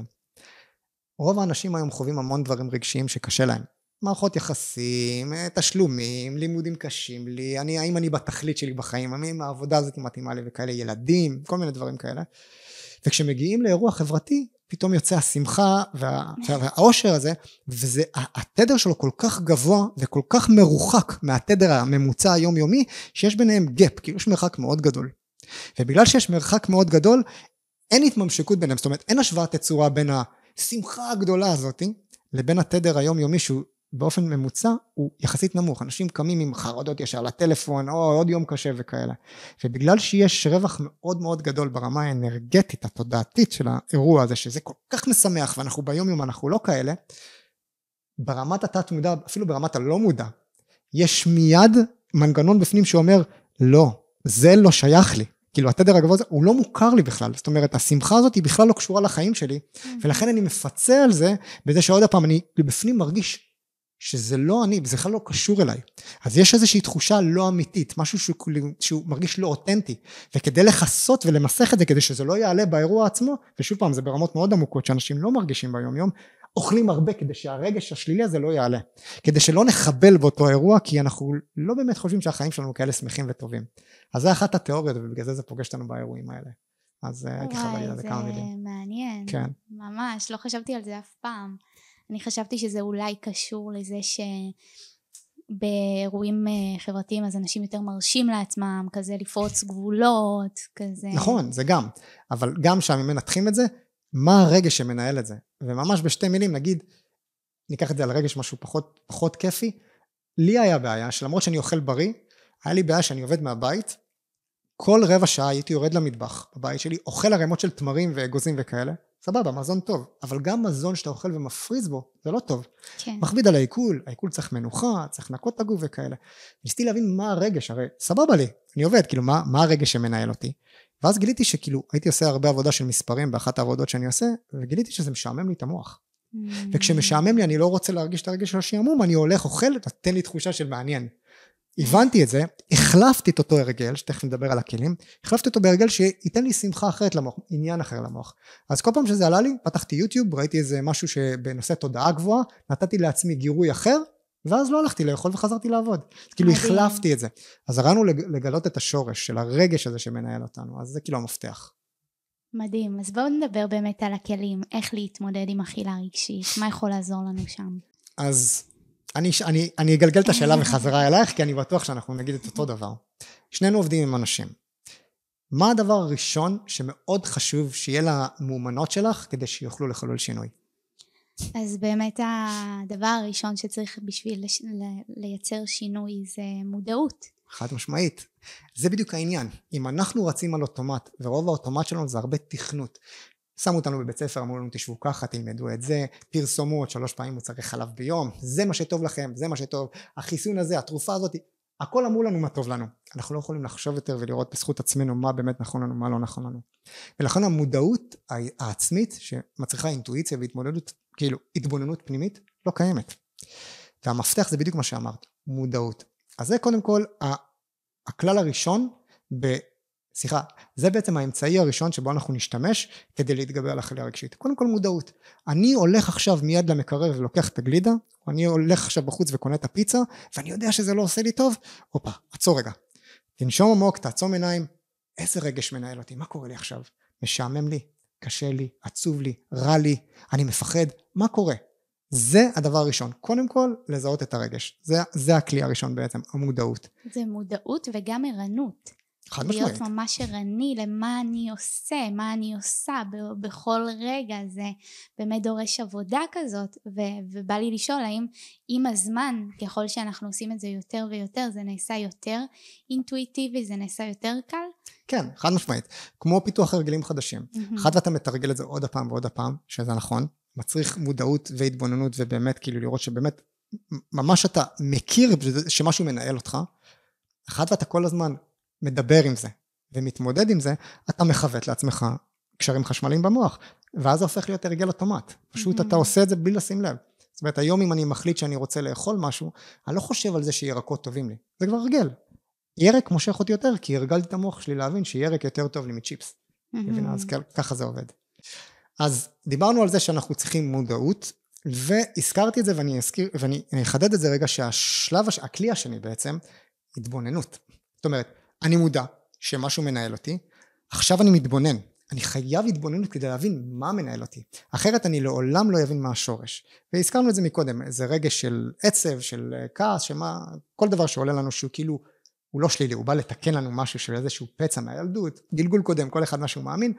רוב האנשים היום חווים המון דברים רגשיים שקשה להם. מערכות יחסים, תשלומים, לימודים קשים לי, אני, האם אני בתכלית שלי בחיים, האם העבודה הזאת מתאימה לי וכאלה, ילדים, כל מיני דברים כאלה. וכשמגיעים לאירוע חברתי, פתאום יוצא השמחה וה, והאושר הזה, וזה, התדר שלו כל כך גבוה וכל כך מרוחק מהתדר הממוצע היומיומי, שיש ביניהם גאפ, כאילו יש מרחק מאוד גדול. ובגלל שיש מרחק מאוד גדול, אין התממשקות ביניהם, זאת אומרת, אין השוואת תצורה בין השמחה הגדולה הזאת, לבין התדר היומיומי שהוא באופן ממוצע הוא יחסית נמוך. אנשים קמים עם חרדות ישר לטלפון, או עוד יום קשה וכאלה. ובגלל שיש רווח מאוד מאוד גדול ברמה האנרגטית, התודעתית של האירוע הזה, שזה כל כך משמח, ואנחנו ביום יום אנחנו לא כאלה, ברמת התת מודע, אפילו ברמת הלא מודע, יש מיד מנגנון בפנים שאומר, לא, זה לא שייך לי. כאילו התדר הגבוה הזה, הוא לא מוכר לי בכלל. זאת אומרת, השמחה הזאת היא בכלל לא קשורה לחיים שלי, ולכן אני מפצה על זה, בזה שעוד הפעם אני בפנים מרגיש שזה לא אני, זה בכלל לא קשור אליי. אז יש איזושהי תחושה לא אמיתית, משהו שהוא, שהוא מרגיש לא אותנטי, וכדי לחסות ולמסך את זה, כדי שזה לא יעלה באירוע עצמו, ושוב פעם, זה ברמות מאוד עמוקות, שאנשים לא מרגישים ביום יום, אוכלים הרבה כדי שהרגש השלילי הזה לא יעלה, כדי שלא נחבל באותו אירוע, כי אנחנו לא באמת חושבים שהחיים שלנו כאלה שמחים וטובים. אז זה אחת התיאוריות, ובגלל זה זה פוגש אותנו באירועים האלה. אז הייתי חייב להגיד על זה כמה מילים. זה מעניין, כן. ממש, לא חשבתי על זה אף פעם. אני חשבתי שזה אולי קשור לזה שבאירועים חברתיים אז אנשים יותר מרשים לעצמם, כזה לפרוץ גבולות, כזה. נכון, זה גם, אבל גם שם אם מנתחים את זה, מה הרגש שמנהל את זה? וממש בשתי מילים נגיד, ניקח את זה על רגש משהו פחות, פחות כיפי, לי היה בעיה שלמרות שאני אוכל בריא, היה לי בעיה שאני עובד מהבית, כל רבע שעה הייתי יורד למטבח בבית שלי, אוכל הרמות של תמרים ואגוזים וכאלה, סבבה, מזון טוב, אבל גם מזון שאתה אוכל ומפריז בו, זה לא טוב. כן. מכביד על העיכול, העיכול צריך מנוחה, צריך לנקות את הגוף וכאלה. ניסיתי להבין מה הרגש, הרי סבבה לי, אני עובד, כאילו מה, מה הרגש שמנהל אותי. ואז גיליתי שכאילו הייתי עושה הרבה עבודה של מספרים באחת העבודות שאני עושה, וגיליתי שזה משעמם לי את המוח. Mm. וכשמשעמם לי אני לא רוצה להרגיש את הרגש של השעמום, אני הולך, אוכל, תתן לי תחושה של מעניין. הבנתי את זה, החלפתי את אותו הרגל, שתכף נדבר על הכלים, החלפתי אותו בהרגל שייתן לי שמחה אחרת למוח, עניין אחר למוח. אז כל פעם שזה עלה לי, פתחתי יוטיוב, ראיתי איזה משהו שבנושא תודעה גבוהה, נתתי לעצמי גירוי אחר, ואז לא הלכתי לאכול וחזרתי לעבוד. אז כאילו החלפתי את זה. אז הרענו לגלות את השורש של הרגש הזה שמנהל אותנו, אז זה כאילו המפתח. מדהים, אז בואו נדבר באמת על הכלים, איך להתמודד עם אכילה רגשית, מה יכול לעזור לנו שם? אז אני, אני, אני אגלגל את השאלה בחזרה אלייך, כי אני בטוח שאנחנו נגיד את אותו דבר. שנינו עובדים עם אנשים. מה הדבר הראשון שמאוד חשוב שיהיה למאומנות שלך, כדי שיוכלו לחולל שינוי? אז באמת הדבר הראשון שצריך בשביל לייצר שינוי זה מודעות. חד משמעית. זה בדיוק העניין. אם אנחנו רצים על אוטומט, ורוב האוטומט שלנו זה הרבה תכנות. שמו אותנו בבית ספר, אמרו לנו תשבו ככה, תלמדו את זה, פרסומות, שלוש פעמים מוצרי חלב ביום, זה מה שטוב לכם, זה מה שטוב, החיסון הזה, התרופה הזאת, הכל אמרו לנו מה טוב לנו. אנחנו לא יכולים לחשוב יותר ולראות בזכות עצמנו מה באמת נכון לנו, מה לא נכון לנו. ולכן המודעות העצמית שמצריכה אינטואיציה והתמודדות, כאילו התבוננות פנימית, לא קיימת. והמפתח זה בדיוק מה שאמרת, מודעות. אז זה קודם כל הכלל הראשון ב... סליחה, זה בעצם האמצעי הראשון שבו אנחנו נשתמש כדי להתגבר על החוליה הרגשית. קודם כל מודעות. אני הולך עכשיו מיד למקרר ולוקח את הגלידה, או אני הולך עכשיו בחוץ וקונה את הפיצה, ואני יודע שזה לא עושה לי טוב, הופה, עצור רגע. תנשום עמוק, תעצום עיניים, איזה רגש מנהל אותי, מה קורה לי עכשיו? משעמם לי, קשה לי, עצוב לי, רע לי, אני מפחד, מה קורה? זה הדבר הראשון. קודם כל, לזהות את הרגש. זה, זה הכלי הראשון בעצם, המודעות. זה מודעות וגם ערנות. חד משמעית. להיות ממש ערני למה אני עושה, מה אני עושה בכל רגע. זה באמת דורש עבודה כזאת, ו- ובא לי לשאול האם עם הזמן, ככל שאנחנו עושים את זה יותר ויותר, זה נעשה יותר אינטואיטיבי, זה נעשה יותר קל? כן, חד משמעית. כמו פיתוח הרגלים חדשים. Mm-hmm. אחד ואתה מתרגל את זה עוד הפעם ועוד הפעם, שזה נכון, מצריך מודעות והתבוננות, ובאמת כאילו לראות שבאמת ממש אתה מכיר שמשהו מנהל אותך, אחד ואתה כל הזמן מדבר עם זה ומתמודד עם זה, אתה מחוות לעצמך קשרים חשמליים במוח, ואז זה הופך להיות הרגל אוטומט. פשוט mm-hmm. אתה עושה את זה בלי לשים לב. זאת אומרת, היום אם אני מחליט שאני רוצה לאכול משהו, אני לא חושב על זה שירקות טובים לי. זה כבר הרגל. ירק מושך אותי יותר, כי הרגלתי את המוח שלי להבין שירק יותר טוב לי מצ'יפס. Mm-hmm. אז ככה זה עובד. אז דיברנו על זה שאנחנו צריכים מודעות, והזכרתי את זה ואני אזכיר, ואני אחדד את זה רגע שהשלב, הכלי השני בעצם, התבוננות. זאת אומרת, אני מודע שמשהו מנהל אותי, עכשיו אני מתבונן, אני חייב התבוננות כדי להבין מה מנהל אותי, אחרת אני לעולם לא יבין מה השורש, והזכרנו את זה מקודם, זה רגש של עצב, של כעס, שמה, כל דבר שעולה לנו שהוא כאילו, הוא לא שלילי, הוא בא לתקן לנו משהו של איזשהו פצע מהילדות, גלגול קודם, כל אחד משהו מאמין,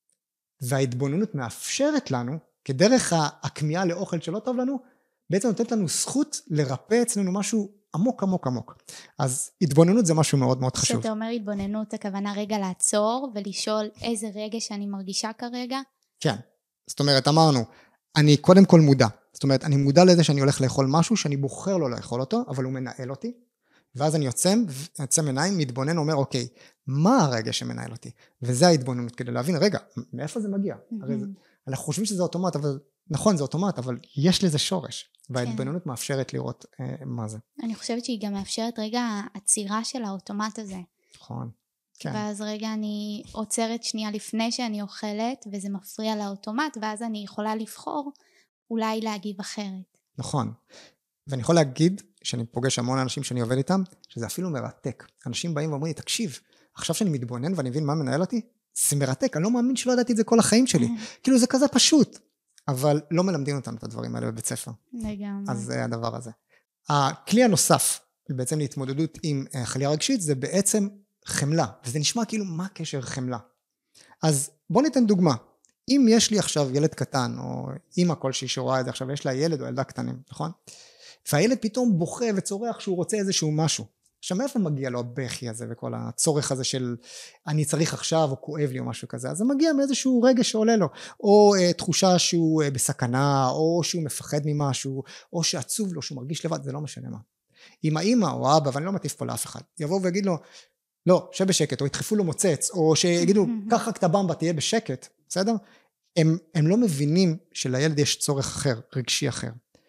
וההתבוננות מאפשרת לנו, כדרך הכמיהה לאוכל שלא טוב לנו, בעצם נותנת לנו זכות לרפא אצלנו משהו עמוק עמוק עמוק. אז התבוננות זה משהו מאוד מאוד חשוב. כשאתה אומר התבוננות, הכוונה רגע לעצור ולשאול איזה רגע שאני מרגישה כרגע? כן. זאת אומרת, אמרנו, אני קודם כל מודע. זאת אומרת, אני מודע לזה שאני הולך לאכול משהו שאני בוחר לא לאכול אותו, אבל הוא מנהל אותי. ואז אני יוצא, יוצא עיניים, מתבונן, אומר, אוקיי, מה הרגע שמנהל אותי? וזה ההתבוננות כדי להבין, רגע, מאיפה זה מגיע? הרי זה, אנחנו חושבים שזה אוטומט, אבל נכון, זה אוטומט, אבל יש לזה שורש. וההתבוננות מאפשרת לראות אה, מה זה. אני חושבת שהיא גם מאפשרת רגע עצירה של האוטומט הזה. נכון, כן. ואז רגע אני עוצרת שנייה לפני שאני אוכלת, וזה מפריע לאוטומט, ואז אני יכולה לבחור אולי להגיב אחרת. נכון. ואני יכול להגיד שאני פוגש המון אנשים שאני עובד איתם, שזה אפילו מרתק. אנשים באים ואומרים לי, תקשיב, עכשיו שאני מתבונן ואני מבין מה מנהל אותי, זה מרתק, אני לא מאמין שלא ידעתי את זה כל החיים שלי. כאילו זה כזה פשוט. אבל לא מלמדים אותנו את הדברים האלה בבית ספר. לגמרי. אז זה הדבר הזה. הכלי הנוסף, בעצם להתמודדות עם חוליה רגשית, זה בעצם חמלה. וזה נשמע כאילו, מה קשר חמלה? אז בוא ניתן דוגמה. אם יש לי עכשיו ילד קטן, או אמא כלשהי שרואה את זה עכשיו, יש לה ילד או ילדה קטנים, נכון? והילד פתאום בוכה וצורח שהוא רוצה איזשהו משהו. עכשיו, מאיפה מגיע לו הבכי הזה וכל הצורך הזה של אני צריך עכשיו או כואב לי או משהו כזה? אז זה מגיע מאיזשהו רגע שעולה לו, או uh, תחושה שהוא uh, בסכנה, או שהוא מפחד ממשהו, או שעצוב לו, שהוא מרגיש לבד, זה לא משנה מה. אם האמא או האבא, ואני לא מטיף פה לאף אחד, יבואו ויגיד לו, לא, שב בשקט, או ידחפו לו מוצץ, או שיגידו, קח רק את הבמבה, תהיה בשקט, בסדר? הם, הם לא מבינים שלילד יש צורך אחר, רגשי אחר.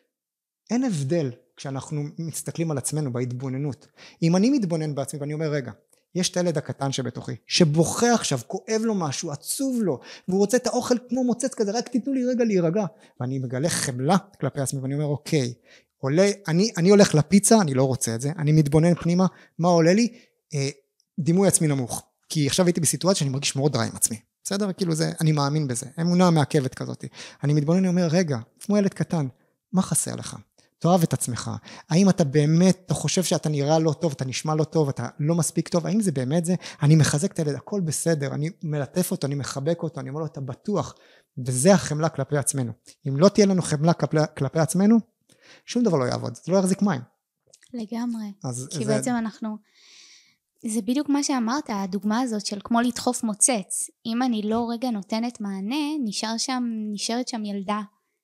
אין הבדל כשאנחנו מסתכלים על עצמנו בהתבוננות. אם אני מתבונן בעצמי ואני אומר, רגע, יש את הילד הקטן שבתוכי, שבוכה עכשיו, כואב לו משהו, עצוב לו, והוא רוצה את האוכל כמו מוצץ כזה, רק תיתנו לי רגע להירגע. ואני מגלה חמלה כלפי עצמי, ואני אומר, אוקיי, עולה, אני, אני הולך לפיצה, אני לא רוצה את זה, אני מתבונן פנימה, מה עולה לי? אה, דימוי עצמי נמוך. כי עכשיו הייתי בסיטואציה שאני מרגיש מאוד רע עם עצמי. בסדר? כאילו זה, אני מאמין בזה. אמונה מעכבת כזאת. אני מתבונן, אני אומר, רגע, כמו ילד קטן, מה חסר לך? תאהב את עצמך. האם אתה באמת, אתה חושב שאתה נראה לא טוב, אתה נשמע לא טוב, אתה לא מספיק טוב? האם זה באמת זה? אני מחזק את הילד, הכל בסדר, אני מלטף אותו, אני מחבק אותו, אני אומר לו, אתה בטוח. וזה החמלה כלפי עצמנו. אם לא תהיה לנו חמלה כלפי, כלפי עצמנו, שום דבר לא יעבוד, זה לא יחזיק מים. לגמרי. אז כי זה... בעצם אנחנו זה בדיוק מה שאמרת, הדוגמה הזאת של כמו לדחוף מוצץ. אם אני לא רגע נותנת מענה, נשאר שם, נשארת שם ילדה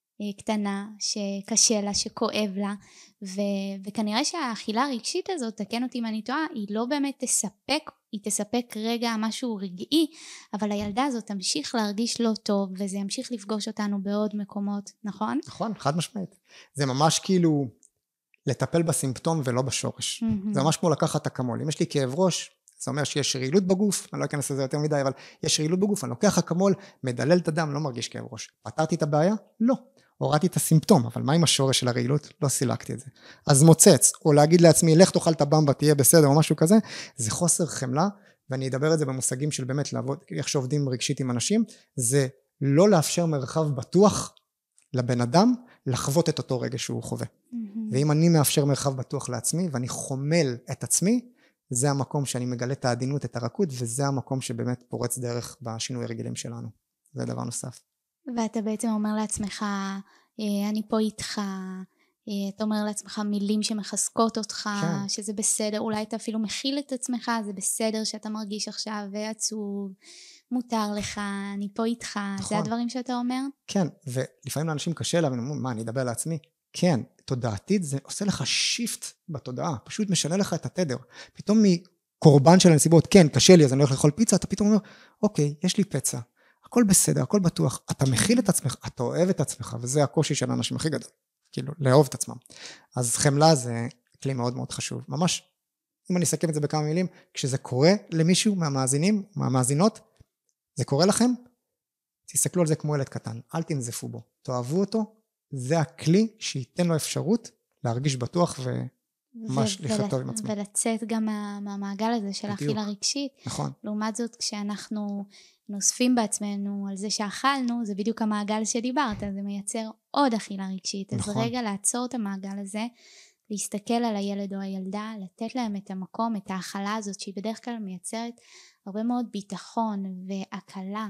קטנה שקשה לה, שכואב לה, ו, וכנראה שהאכילה הרגשית הזאת, תקן אותי אם אני טועה, היא לא באמת תספק, היא תספק רגע משהו רגעי, אבל הילדה הזאת תמשיך להרגיש לא טוב, וזה ימשיך לפגוש אותנו בעוד מקומות, נכון? נכון, חד משמעית. זה ממש כאילו לטפל בסימפטום ולא בשורש. Mm-hmm. זה ממש כמו לקחת אקמול. אם יש לי כאב ראש, זה אומר שיש רעילות בגוף, אני לא אכנס לזה יותר מדי, אבל יש רעילות בגוף, אני לוקח אקמול, מדלל את הדם, לא מרגיש כאב ראש. פתרתי את הבעיה? לא. הורדתי את הסימפטום, אבל מה עם השורש של הרעילות? לא סילקתי את זה. אז מוצץ, או להגיד לעצמי, לך תאכל את הבמבה, תהיה בסדר, או משהו כזה, זה חוסר חמלה, ואני אדבר את זה במושגים של באמת לעבוד, איך שעובדים רגשית עם אנשים, זה לא לאפשר מרחב בטוח לבן אדם, לחוות את אותו רגע שהוא חווה. Mm-hmm. ואם אני מאפשר מרחב בטוח לעצמי, ואני חומל את עצמי, זה המקום שאני מגלה את העדינות, את הרכות, וזה המקום שבאמת פורץ דרך בשינוי הרגילים שלנו. זה דבר נוסף. ואתה בעצם אומר לעצמך, אני פה איתך, אתה אומר לעצמך מילים שמחזקות אותך, כן. שזה בסדר, אולי אתה אפילו מכיל את עצמך, זה בסדר שאתה מרגיש עכשיו ועצוב, מותר לך, אני פה איתך, נכון. זה הדברים שאתה אומר? כן, ולפעמים לאנשים קשה לה, ואומרים, מה, אני אדבר לעצמי? כן, תודעתית זה עושה לך שיפט בתודעה, פשוט משנה לך את התדר. פתאום מקורבן של הנסיבות, כן, קשה לי, אז אני הולך לאכול פיצה, אתה פתאום אומר, אוקיי, יש לי פצע. הכל בסדר, הכל בטוח, אתה מכיל את עצמך, אתה אוהב את עצמך, וזה הקושי של האנשים הכי גדול, כאילו, לאהוב את עצמם. אז חמלה זה כלי מאוד מאוד חשוב. ממש, אם אני אסכם את זה בכמה מילים, כשזה קורה למישהו מהמאזינים, מהמאזינות, זה קורה לכם, תסתכלו על זה כמו ילד קטן, אל תנזפו בו, תאהבו אותו, זה הכלי שייתן לו אפשרות להרגיש בטוח וממש לחיות טוב עם עצמו. ולצאת גם מהמעגל הזה של האכילה רגשית. נכון. לעומת זאת, כשאנחנו נוספים בעצמנו על זה שאכלנו, זה בדיוק המעגל שדיברת, זה מייצר עוד אכילה רגשית. נכון. אז רגע לעצור את המעגל הזה, להסתכל על הילד או הילדה, לתת להם את המקום, את האכלה הזאת, שהיא בדרך כלל מייצרת הרבה מאוד ביטחון והקלה,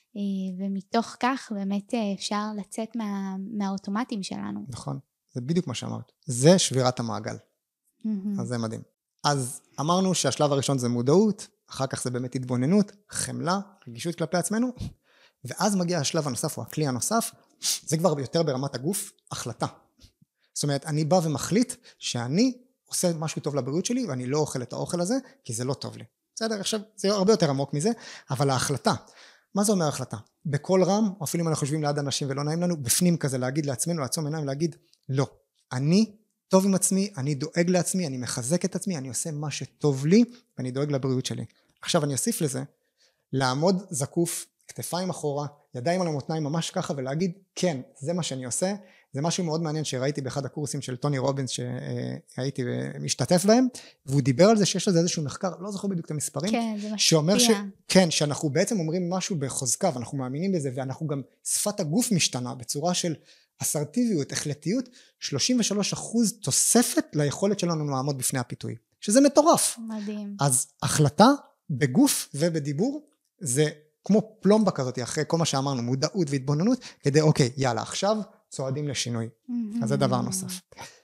ומתוך כך באמת אפשר לצאת מה, מהאוטומטים שלנו. נכון, זה בדיוק מה שאמרת. זה שבירת המעגל. Mm-hmm. אז זה מדהים. אז אמרנו שהשלב הראשון זה מודעות, אחר כך זה באמת התבוננות, חמלה, רגישות כלפי עצמנו, ואז מגיע השלב הנוסף, או הכלי הנוסף, זה כבר יותר ברמת הגוף, החלטה. זאת אומרת, אני בא ומחליט שאני עושה משהו טוב לבריאות שלי, ואני לא אוכל את האוכל הזה, כי זה לא טוב לי. בסדר, עכשיו זה הרבה יותר עמוק מזה, אבל ההחלטה, מה זה אומר החלטה? בכל רם, או אפילו אם אנחנו חושבים ליד אנשים ולא נעים לנו, בפנים כזה להגיד לעצמנו, לעצום עיניים, להגיד, לא, אני טוב עם עצמי, אני דואג לעצמי, אני מחזק את עצמי, אני עושה מה שטוב לי, ואני דואג לבריאות שלי. עכשיו אני אוסיף לזה, לעמוד זקוף, כתפיים אחורה, ידיים על המותניים ממש ככה, ולהגיד, כן, זה מה שאני עושה, זה משהו מאוד מעניין שראיתי באחד הקורסים של טוני רובינס שהייתי משתתף בהם, והוא דיבר על זה שיש לזה איזשהו מחקר, לא זוכר בדיוק את המספרים, כן, זה משפיע. שאומר ש... כן, שאנחנו בעצם אומרים משהו בחוזקה, ואנחנו מאמינים בזה, ואנחנו גם, שפת הגוף משתנה בצורה של אסרטיביות, החלטיות, שלושים ושלושה אחוז תוספת ליכולת שלנו לעמוד בפני הפיתוי, שזה מטורף. מדהים. אז החלטה בגוף ובדיבור, זה כמו פלומבה כזאת, אחרי כל מה שאמרנו, מודעות והתבוננות, כדי, אוקיי, יאללה, עכשיו צועדים לשינוי. Mm-hmm. אז זה דבר נוסף.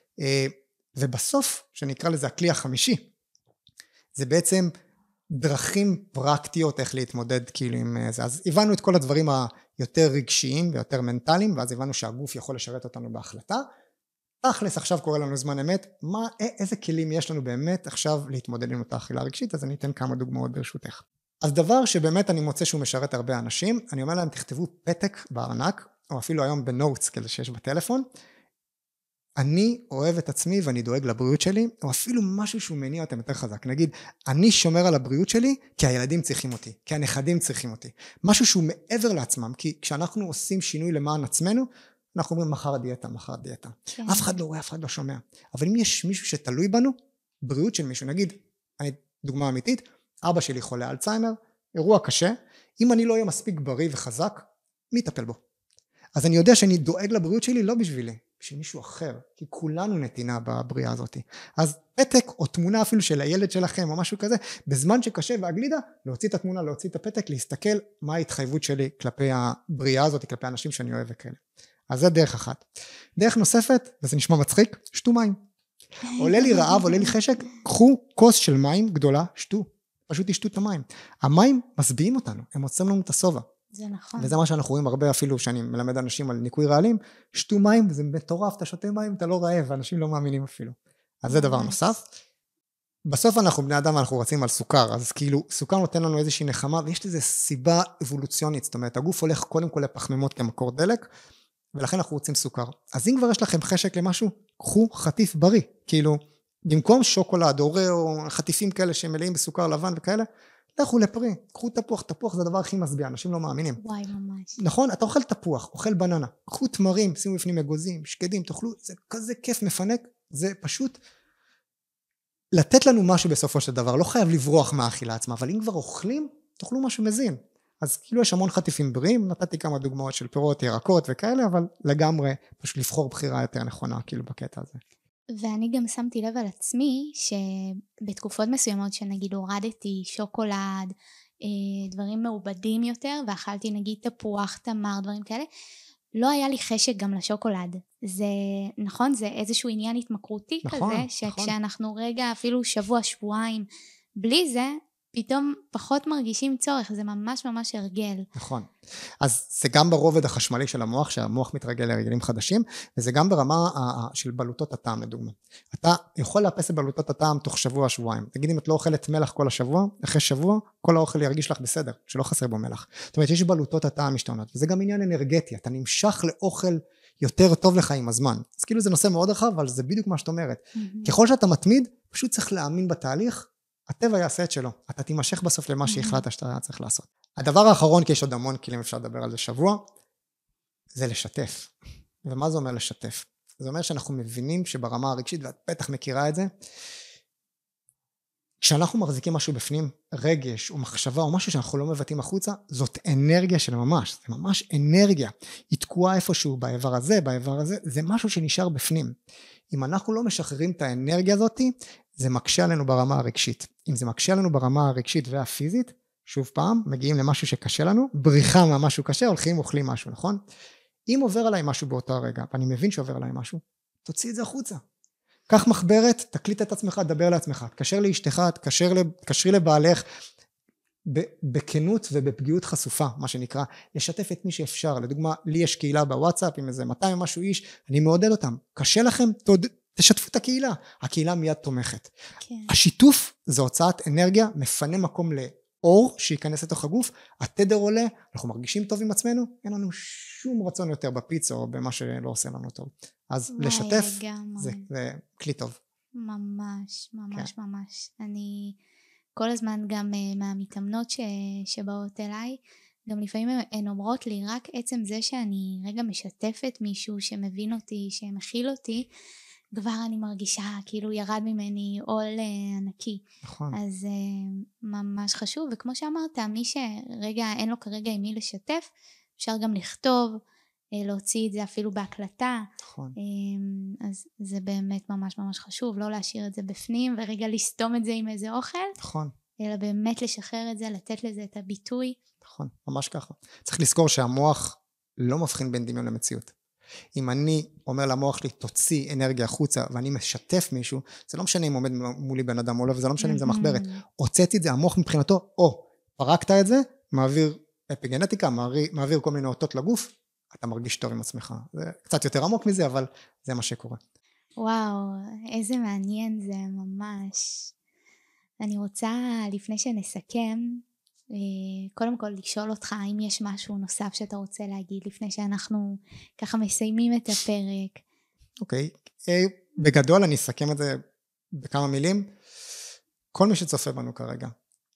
ובסוף, שנקרא לזה הכלי החמישי, זה בעצם דרכים פרקטיות איך להתמודד כאילו עם זה. אז הבנו את כל הדברים היותר רגשיים ויותר מנטליים, ואז הבנו שהגוף יכול לשרת אותנו בהחלטה. תכלס עכשיו קורא לנו זמן אמת, מה, איזה כלים יש לנו באמת עכשיו להתמודד עם אותה אכילה רגשית, אז אני אתן כמה דוגמאות ברשותך. אז דבר שבאמת אני מוצא שהוא משרת הרבה אנשים, אני אומר להם תכתבו פתק בארנק, או אפילו היום בנוטס כזה שיש בטלפון, אני אוהב את עצמי ואני דואג לבריאות שלי, או אפילו משהו שהוא מניע אותם יותר חזק. נגיד, אני שומר על הבריאות שלי כי הילדים צריכים אותי, כי הנכדים צריכים אותי. משהו שהוא מעבר לעצמם, כי כשאנחנו עושים שינוי למען עצמנו, אנחנו אומרים מחר דיאטה, מחר דיאטה. כן. אף אחד לא רואה, אף אחד לא שומע. אבל אם יש מישהו שתלוי בנו, בריאות של מישהו, נגיד, אני דוגמה אמיתית, אבא שלי חולה אלצהיימר, אירוע קשה, אם אני לא אהיה מספיק בריא וחזק, מי יטפל בו? אז אני יודע שאני דואג לבריאות שלי לא בשבילי, בשביל מישהו אחר, כי כולנו נתינה בבריאה הזאת. אז פתק או תמונה אפילו של הילד שלכם או משהו כזה, בזמן שקשה והגלידה, להוציא את התמונה, להוציא את הפתק, להסתכל מה ההתחייבות שלי כלפי הבריאה הזאת, כלפי האנשים שאני אוהב וכאלה. אז זה דרך אחת. דרך נוספת, וזה נשמע מצחיק, שתו מים. עולה לי רעב, עולה לי חשק, קחו כוס של מים גדולה, שתו, פשוט תשתו את המים. המים מסביעים אותנו, הם עוצרים לנו את השובע. זה נכון. וזה מה שאנחנו רואים הרבה, אפילו שאני מלמד אנשים על ניקוי רעלים, שתו מים, זה מטורף, אתה שותה מים, אתה לא רעב, ואנשים לא מאמינים אפילו. אז זה דבר נוסף. בסוף אנחנו בני אדם, אנחנו רצים על סוכר, אז כאילו סוכר נותן לנו איזושהי נחמה, ויש לזה סיבה אבולוציונית, זאת אומרת, הגוף הולך קודם כל לפחמימות כמקור דלק, ולכן אנחנו רוצים סוכר. אז אם כבר יש לכם חשק למשהו, קחו חטיף בריא, כאילו, במקום שוקולד, אורא, או חטיפים כאלה שמלאים בסוכר לבן וכאלה, לכו לפרי, קחו תפוח, תפוח זה הדבר הכי משביע, אנשים לא מאמינים. וואי, ממש. נכון, אתה אוכל תפוח, אוכל בננה, קחו תמרים, שימו בפנים אגוזים, שקדים, תאכלו, זה כזה כיף מפנק, זה פשוט לתת לנו משהו בסופו של דבר, לא חייב לברוח מהאכילה עצמה, אבל אם כבר אוכלים, תאכלו משהו מזין. אז כאילו יש המון חטיפים בריאים, נתתי כמה דוגמאות של פירות, ירקות וכאלה, אבל לגמרי פשוט לבחור בחירה יותר נכונה, כאילו בקטע הזה. ואני גם שמתי לב על עצמי, שבתקופות מסוימות שנגיד הורדתי שוקולד, דברים מעובדים יותר, ואכלתי נגיד תפוח, תמר, דברים כאלה, לא היה לי חשק גם לשוקולד. זה, נכון, זה איזשהו עניין התמכרותי נכון, כזה, נכון. שכשאנחנו רגע אפילו שבוע, שבועיים, בלי זה, פתאום פחות מרגישים צורך, זה ממש ממש הרגל. נכון. אז זה גם ברובד החשמלי של המוח, שהמוח מתרגל לרגלים חדשים, וזה גם ברמה של בלוטות הטעם, לדוגמה. אתה יכול לאפס את בלוטות הטעם תוך שבוע, שבועיים. תגיד אם את לא אוכלת מלח כל השבוע, אחרי שבוע, כל האוכל ירגיש לך בסדר, שלא חסר בו מלח. זאת אומרת, יש בלוטות הטעם משתנות, וזה גם עניין אנרגטי, אתה נמשך לאוכל יותר טוב לך עם הזמן. אז כאילו זה נושא מאוד רחב, אבל זה בדיוק מה שאת אומרת. Mm-hmm. ככל שאתה מתמיד, פשוט צריך להאמין בתהליך, הטבע יעשה את שלו, אתה תימשך בסוף למה שהחלטת שאתה צריך לעשות. הדבר האחרון, כי יש עוד המון כלים אפשר לדבר על זה שבוע, זה לשתף. ומה זה אומר לשתף? זה אומר שאנחנו מבינים שברמה הרגשית, ואת בטח מכירה את זה, כשאנחנו מחזיקים משהו בפנים, רגש או מחשבה או משהו שאנחנו לא מבטאים החוצה, זאת אנרגיה של ממש, זה ממש אנרגיה. היא תקועה איפשהו באיבר הזה, באיבר הזה, זה משהו שנשאר בפנים. אם אנחנו לא משחררים את האנרגיה הזאת, זה מקשה עלינו ברמה הרגשית. אם זה מקשה עלינו ברמה הרגשית והפיזית, שוב פעם, מגיעים למשהו שקשה לנו, בריחה מהמשהו קשה, הולכים אוכלים משהו, נכון? אם עובר עליי משהו באותו הרגע, ואני מבין שעובר עליי משהו, תוציא את זה החוצה. קח מחברת, תקליט את עצמך, דבר לעצמך, תקשר לאשתך, תקשר, תקשרי לבעלך, בכנות ובפגיעות חשופה, מה שנקרא, לשתף את מי שאפשר. לדוגמה, לי יש קהילה בוואטסאפ, עם איזה מאתיים משהו איש, אני מעודד אותם. קשה לכם, תוד... תשתפו את הקהילה. הקהילה מיד תומכת. כן. השיתוף זה הוצאת אנרגיה, מפנה מקום לאור שיכנס לתוך הגוף, התדר עולה, אנחנו מרגישים טוב עם עצמנו, אין לנו שום רצון יותר בפיצה או במה שלא עושה לנו טוב. אז לשתף זה, זה כלי טוב. ממש, ממש, כן. ממש. אני כל הזמן גם מהמתאמנות ש... שבאות אליי, גם לפעמים הן אומרות לי, רק עצם זה שאני רגע משתפת מישהו שמבין אותי, שמכיל אותי, כבר אני מרגישה כאילו ירד ממני עול ענקי. נכון. אז ממש חשוב, וכמו שאמרת, מי שרגע אין לו כרגע עם מי לשתף, אפשר גם לכתוב, להוציא את זה אפילו בהקלטה. נכון. אז זה באמת ממש ממש חשוב, לא להשאיר את זה בפנים, ורגע לסתום את זה עם איזה אוכל. נכון. אלא באמת לשחרר את זה, לתת לזה את הביטוי. נכון, ממש ככה. צריך לזכור שהמוח לא מבחין בין דמיון למציאות. אם אני אומר למוח שלי, תוציא אנרגיה החוצה, ואני משתף מישהו, זה לא משנה אם עומד מולי בן אדם או לא, וזה לא משנה אם זה מחברת. הוצאתי את זה, המוח מבחינתו, או פרקת את זה, מעביר אפיגנטיקה, מעביר, מעביר כל מיני אותות לגוף, אתה מרגיש טוב עם עצמך. זה קצת יותר עמוק מזה, אבל זה מה שקורה. וואו, איזה מעניין זה ממש. אני רוצה, לפני שנסכם, קודם כל לשאול אותך האם יש משהו נוסף שאתה רוצה להגיד לפני שאנחנו ככה מסיימים את הפרק. אוקיי, בגדול אני אסכם את זה בכמה מילים. כל מי שצופה בנו כרגע,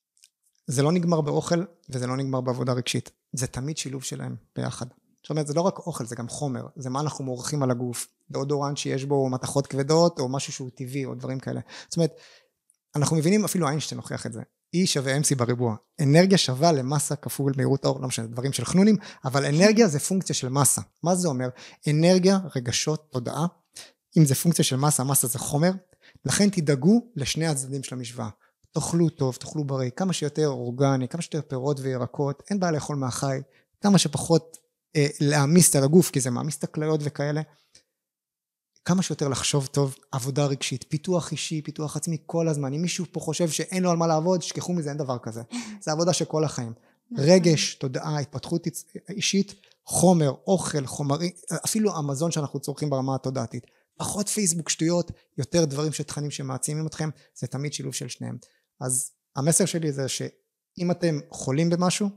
זה לא נגמר באוכל וזה לא נגמר בעבודה רגשית, זה תמיד שילוב שלהם ביחד. זאת אומרת, זה לא רק אוכל, זה גם חומר, זה מה אנחנו מורחים על הגוף, דאודורנט שיש בו מתכות כבדות או משהו שהוא טבעי או דברים כאלה. זאת אומרת, אנחנו מבינים, אפילו איינשטיין הוכיח את זה, E שווה אם סי בריבוע, אנרגיה שווה למסה כפול מהירות האור, לא משנה, דברים של חנונים, אבל אנרגיה זה פונקציה של מסה. מה זה אומר? אנרגיה, רגשות, תודעה, אם זה פונקציה של מסה, מסה זה חומר, לכן תדאגו לשני הצדדים של המשוואה. תאכלו טוב, תאכלו בריא, כמה שיותר אורגני, כמה שיותר פירות וירקות, אין בעיה לאכול מהחי, כמה שפחות אה, להעמיס על הגוף, כי זה מעמיס את הכליות וכאלה. כמה שיותר לחשוב טוב, עבודה רגשית, פיתוח אישי, פיתוח עצמי כל הזמן. אם מישהו פה חושב שאין לו על מה לעבוד, שכחו מזה, אין דבר כזה. זה עבודה של כל החיים. רגש, תודעה, התפתחות אישית, חומר, אוכל, חומרים, אפילו המזון שאנחנו צורכים ברמה התודעתית. פחות פייסבוק, שטויות, יותר דברים שתכנים שמעצימים אתכם, זה תמיד שילוב של שניהם. אז המסר שלי זה שאם אתם חולים במשהו,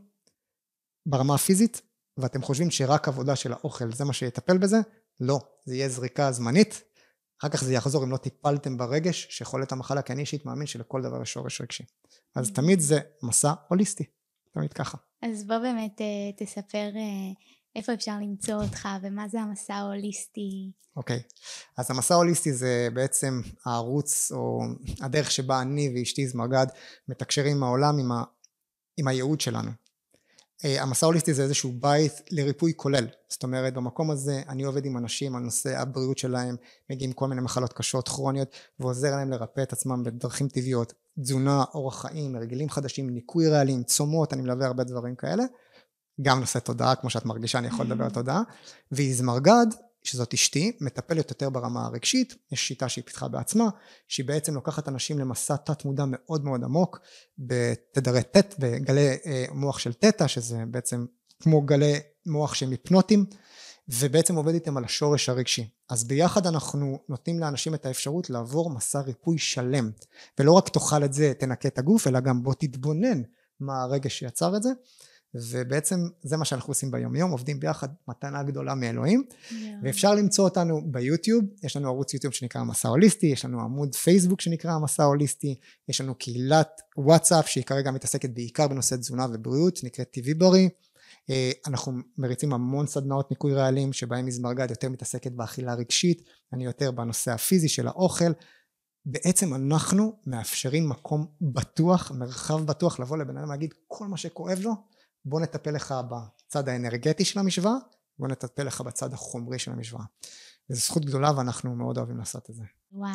ברמה הפיזית, ואתם חושבים שרק עבודה של האוכל זה מה שיטפל בזה, לא, זה יהיה זריקה זמנית, אחר כך זה יחזור אם לא טיפלתם ברגש שחולה את המחלה, כי אני אישית מאמין שלכל דבר יש שורש רגשי. אז תמיד זה מסע הוליסטי, תמיד ככה. אז בוא באמת תספר איפה אפשר למצוא אותך ומה זה המסע ההוליסטי. אוקיי, אז המסע ההוליסטי זה בעצם הערוץ או הדרך שבה אני ואשתי זמרגד מתקשרים עם העולם, עם, ה... עם הייעוד שלנו. המסע ההוליסטי זה איזשהו בית לריפוי כולל, זאת אומרת במקום הזה אני עובד עם אנשים על נושא הבריאות שלהם, מגיעים כל מיני מחלות קשות, כרוניות, ועוזר להם לרפא את עצמם בדרכים טבעיות, תזונה, אורח חיים, הרגלים חדשים, ניקוי רעלים, צומות, אני מלווה הרבה דברים כאלה, גם נושא תודעה, כמו שאת מרגישה אני יכול לדבר על תודעה, ויזמרגד, שזאת אשתי, מטפלת יותר ברמה הרגשית, יש שיטה שהיא פיתחה בעצמה, שהיא בעצם לוקחת אנשים למסע תת מודע מאוד מאוד עמוק, בתדרי תת, בגלי מוח של תטא, שזה בעצם כמו גלי מוח שהם היפנוטיים, ובעצם עובד איתם על השורש הרגשי. אז ביחד אנחנו נותנים לאנשים את האפשרות לעבור מסע ריפוי שלם, ולא רק תאכל את זה, תנקה את הגוף, אלא גם בוא תתבונן מה הרגש שיצר את זה, ובעצם זה מה שאנחנו עושים ביום יום, עובדים ביחד, מתנה גדולה מאלוהים, yeah. ואפשר למצוא אותנו ביוטיוב, יש לנו ערוץ יוטיוב שנקרא המסע ההוליסטי, יש לנו עמוד פייסבוק שנקרא המסע ההוליסטי, יש לנו קהילת וואטסאפ שהיא כרגע מתעסקת בעיקר בנושא תזונה ובריאות, נקראת טבעי בריא, אנחנו מריצים המון סדנאות ניקוי רעלים, שבהם יזמרגד יותר מתעסקת באכילה רגשית, אני יותר בנושא הפיזי של האוכל, בעצם אנחנו מאפשרים מקום בטוח, מרחב בטוח לבוא לבן אדם להגיד כל מה שכואב לו, בוא נטפל לך בצד האנרגטי של המשוואה, בוא נטפל לך בצד החומרי של המשוואה. וזו זכות גדולה ואנחנו מאוד אוהבים לעשות את זה. וואו,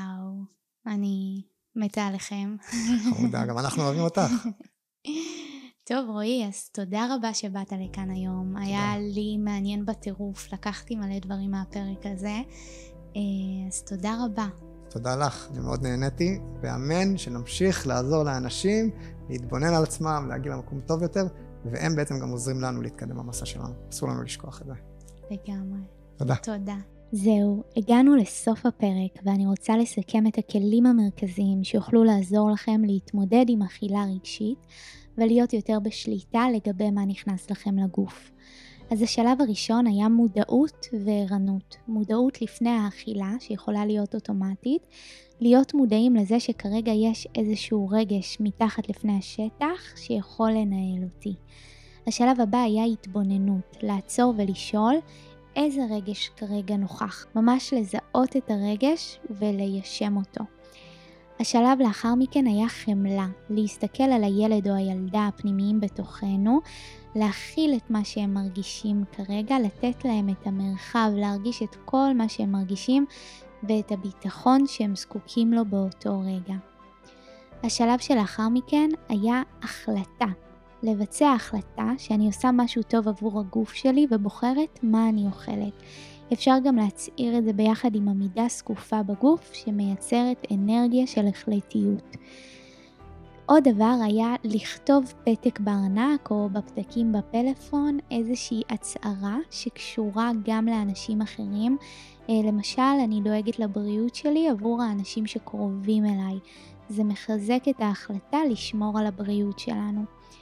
אני מתה עליכם. חמודה, גם אנחנו אוהבים אותך. טוב רועי, אז תודה רבה שבאת לכאן היום. תודה. היה לי מעניין בטירוף, לקחתי מלא דברים מהפרק הזה, אז תודה רבה. תודה לך, אני מאוד נהניתי, ואמן שנמשיך לעזור לאנשים, להתבונן על עצמם, להגיע למקום טוב יותר, והם בעצם גם עוזרים לנו להתקדם במסע שלנו. אסור לנו לשכוח את זה. לגמרי. תודה. תודה. זהו, הגענו לסוף הפרק, ואני רוצה לסכם את הכלים המרכזיים שיוכלו לעזור לכם להתמודד עם אכילה רגשית, ולהיות יותר בשליטה לגבי מה נכנס לכם לגוף. אז השלב הראשון היה מודעות וערנות. מודעות לפני האכילה, שיכולה להיות אוטומטית, להיות מודעים לזה שכרגע יש איזשהו רגש מתחת לפני השטח שיכול לנהל אותי. השלב הבא היה התבוננות, לעצור ולשאול איזה רגש כרגע נוכח. ממש לזהות את הרגש וליישם אותו. השלב לאחר מכן היה חמלה, להסתכל על הילד או הילדה הפנימיים בתוכנו, להכיל את מה שהם מרגישים כרגע, לתת להם את המרחב, להרגיש את כל מה שהם מרגישים ואת הביטחון שהם זקוקים לו באותו רגע. השלב שלאחר מכן היה החלטה, לבצע החלטה שאני עושה משהו טוב עבור הגוף שלי ובוחרת מה אני אוכלת. אפשר גם להצעיר את זה ביחד עם עמידה סקופה בגוף שמייצרת אנרגיה של החלטיות. עוד דבר היה לכתוב פתק בארנק או בפתקים בפלאפון, איזושהי הצהרה שקשורה גם לאנשים אחרים. למשל, אני דואגת לבריאות שלי עבור האנשים שקרובים אליי. זה מחזק את ההחלטה לשמור על הבריאות שלנו.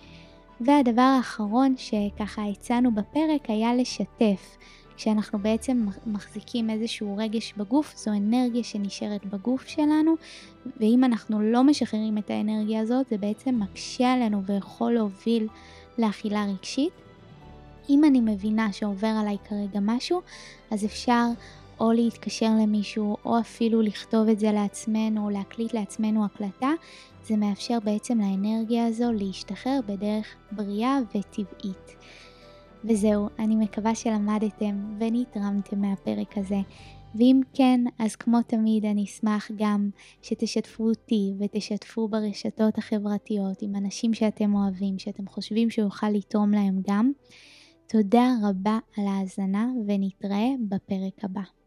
והדבר האחרון שככה הצענו בפרק היה לשתף. כשאנחנו בעצם מחזיקים איזשהו רגש בגוף, זו אנרגיה שנשארת בגוף שלנו, ואם אנחנו לא משחררים את האנרגיה הזאת, זה בעצם מקשה עלינו ויכול להוביל לאכילה רגשית. אם אני מבינה שעובר עליי כרגע משהו, אז אפשר או להתקשר למישהו, או אפילו לכתוב את זה לעצמנו, או להקליט לעצמנו הקלטה. זה מאפשר בעצם לאנרגיה הזו להשתחרר בדרך בריאה וטבעית. וזהו, אני מקווה שלמדתם ונתרמתם מהפרק הזה. ואם כן, אז כמו תמיד אני אשמח גם שתשתפו אותי ותשתפו ברשתות החברתיות עם אנשים שאתם אוהבים, שאתם חושבים שיוכל לתרום להם גם. תודה רבה על ההאזנה ונתראה בפרק הבא.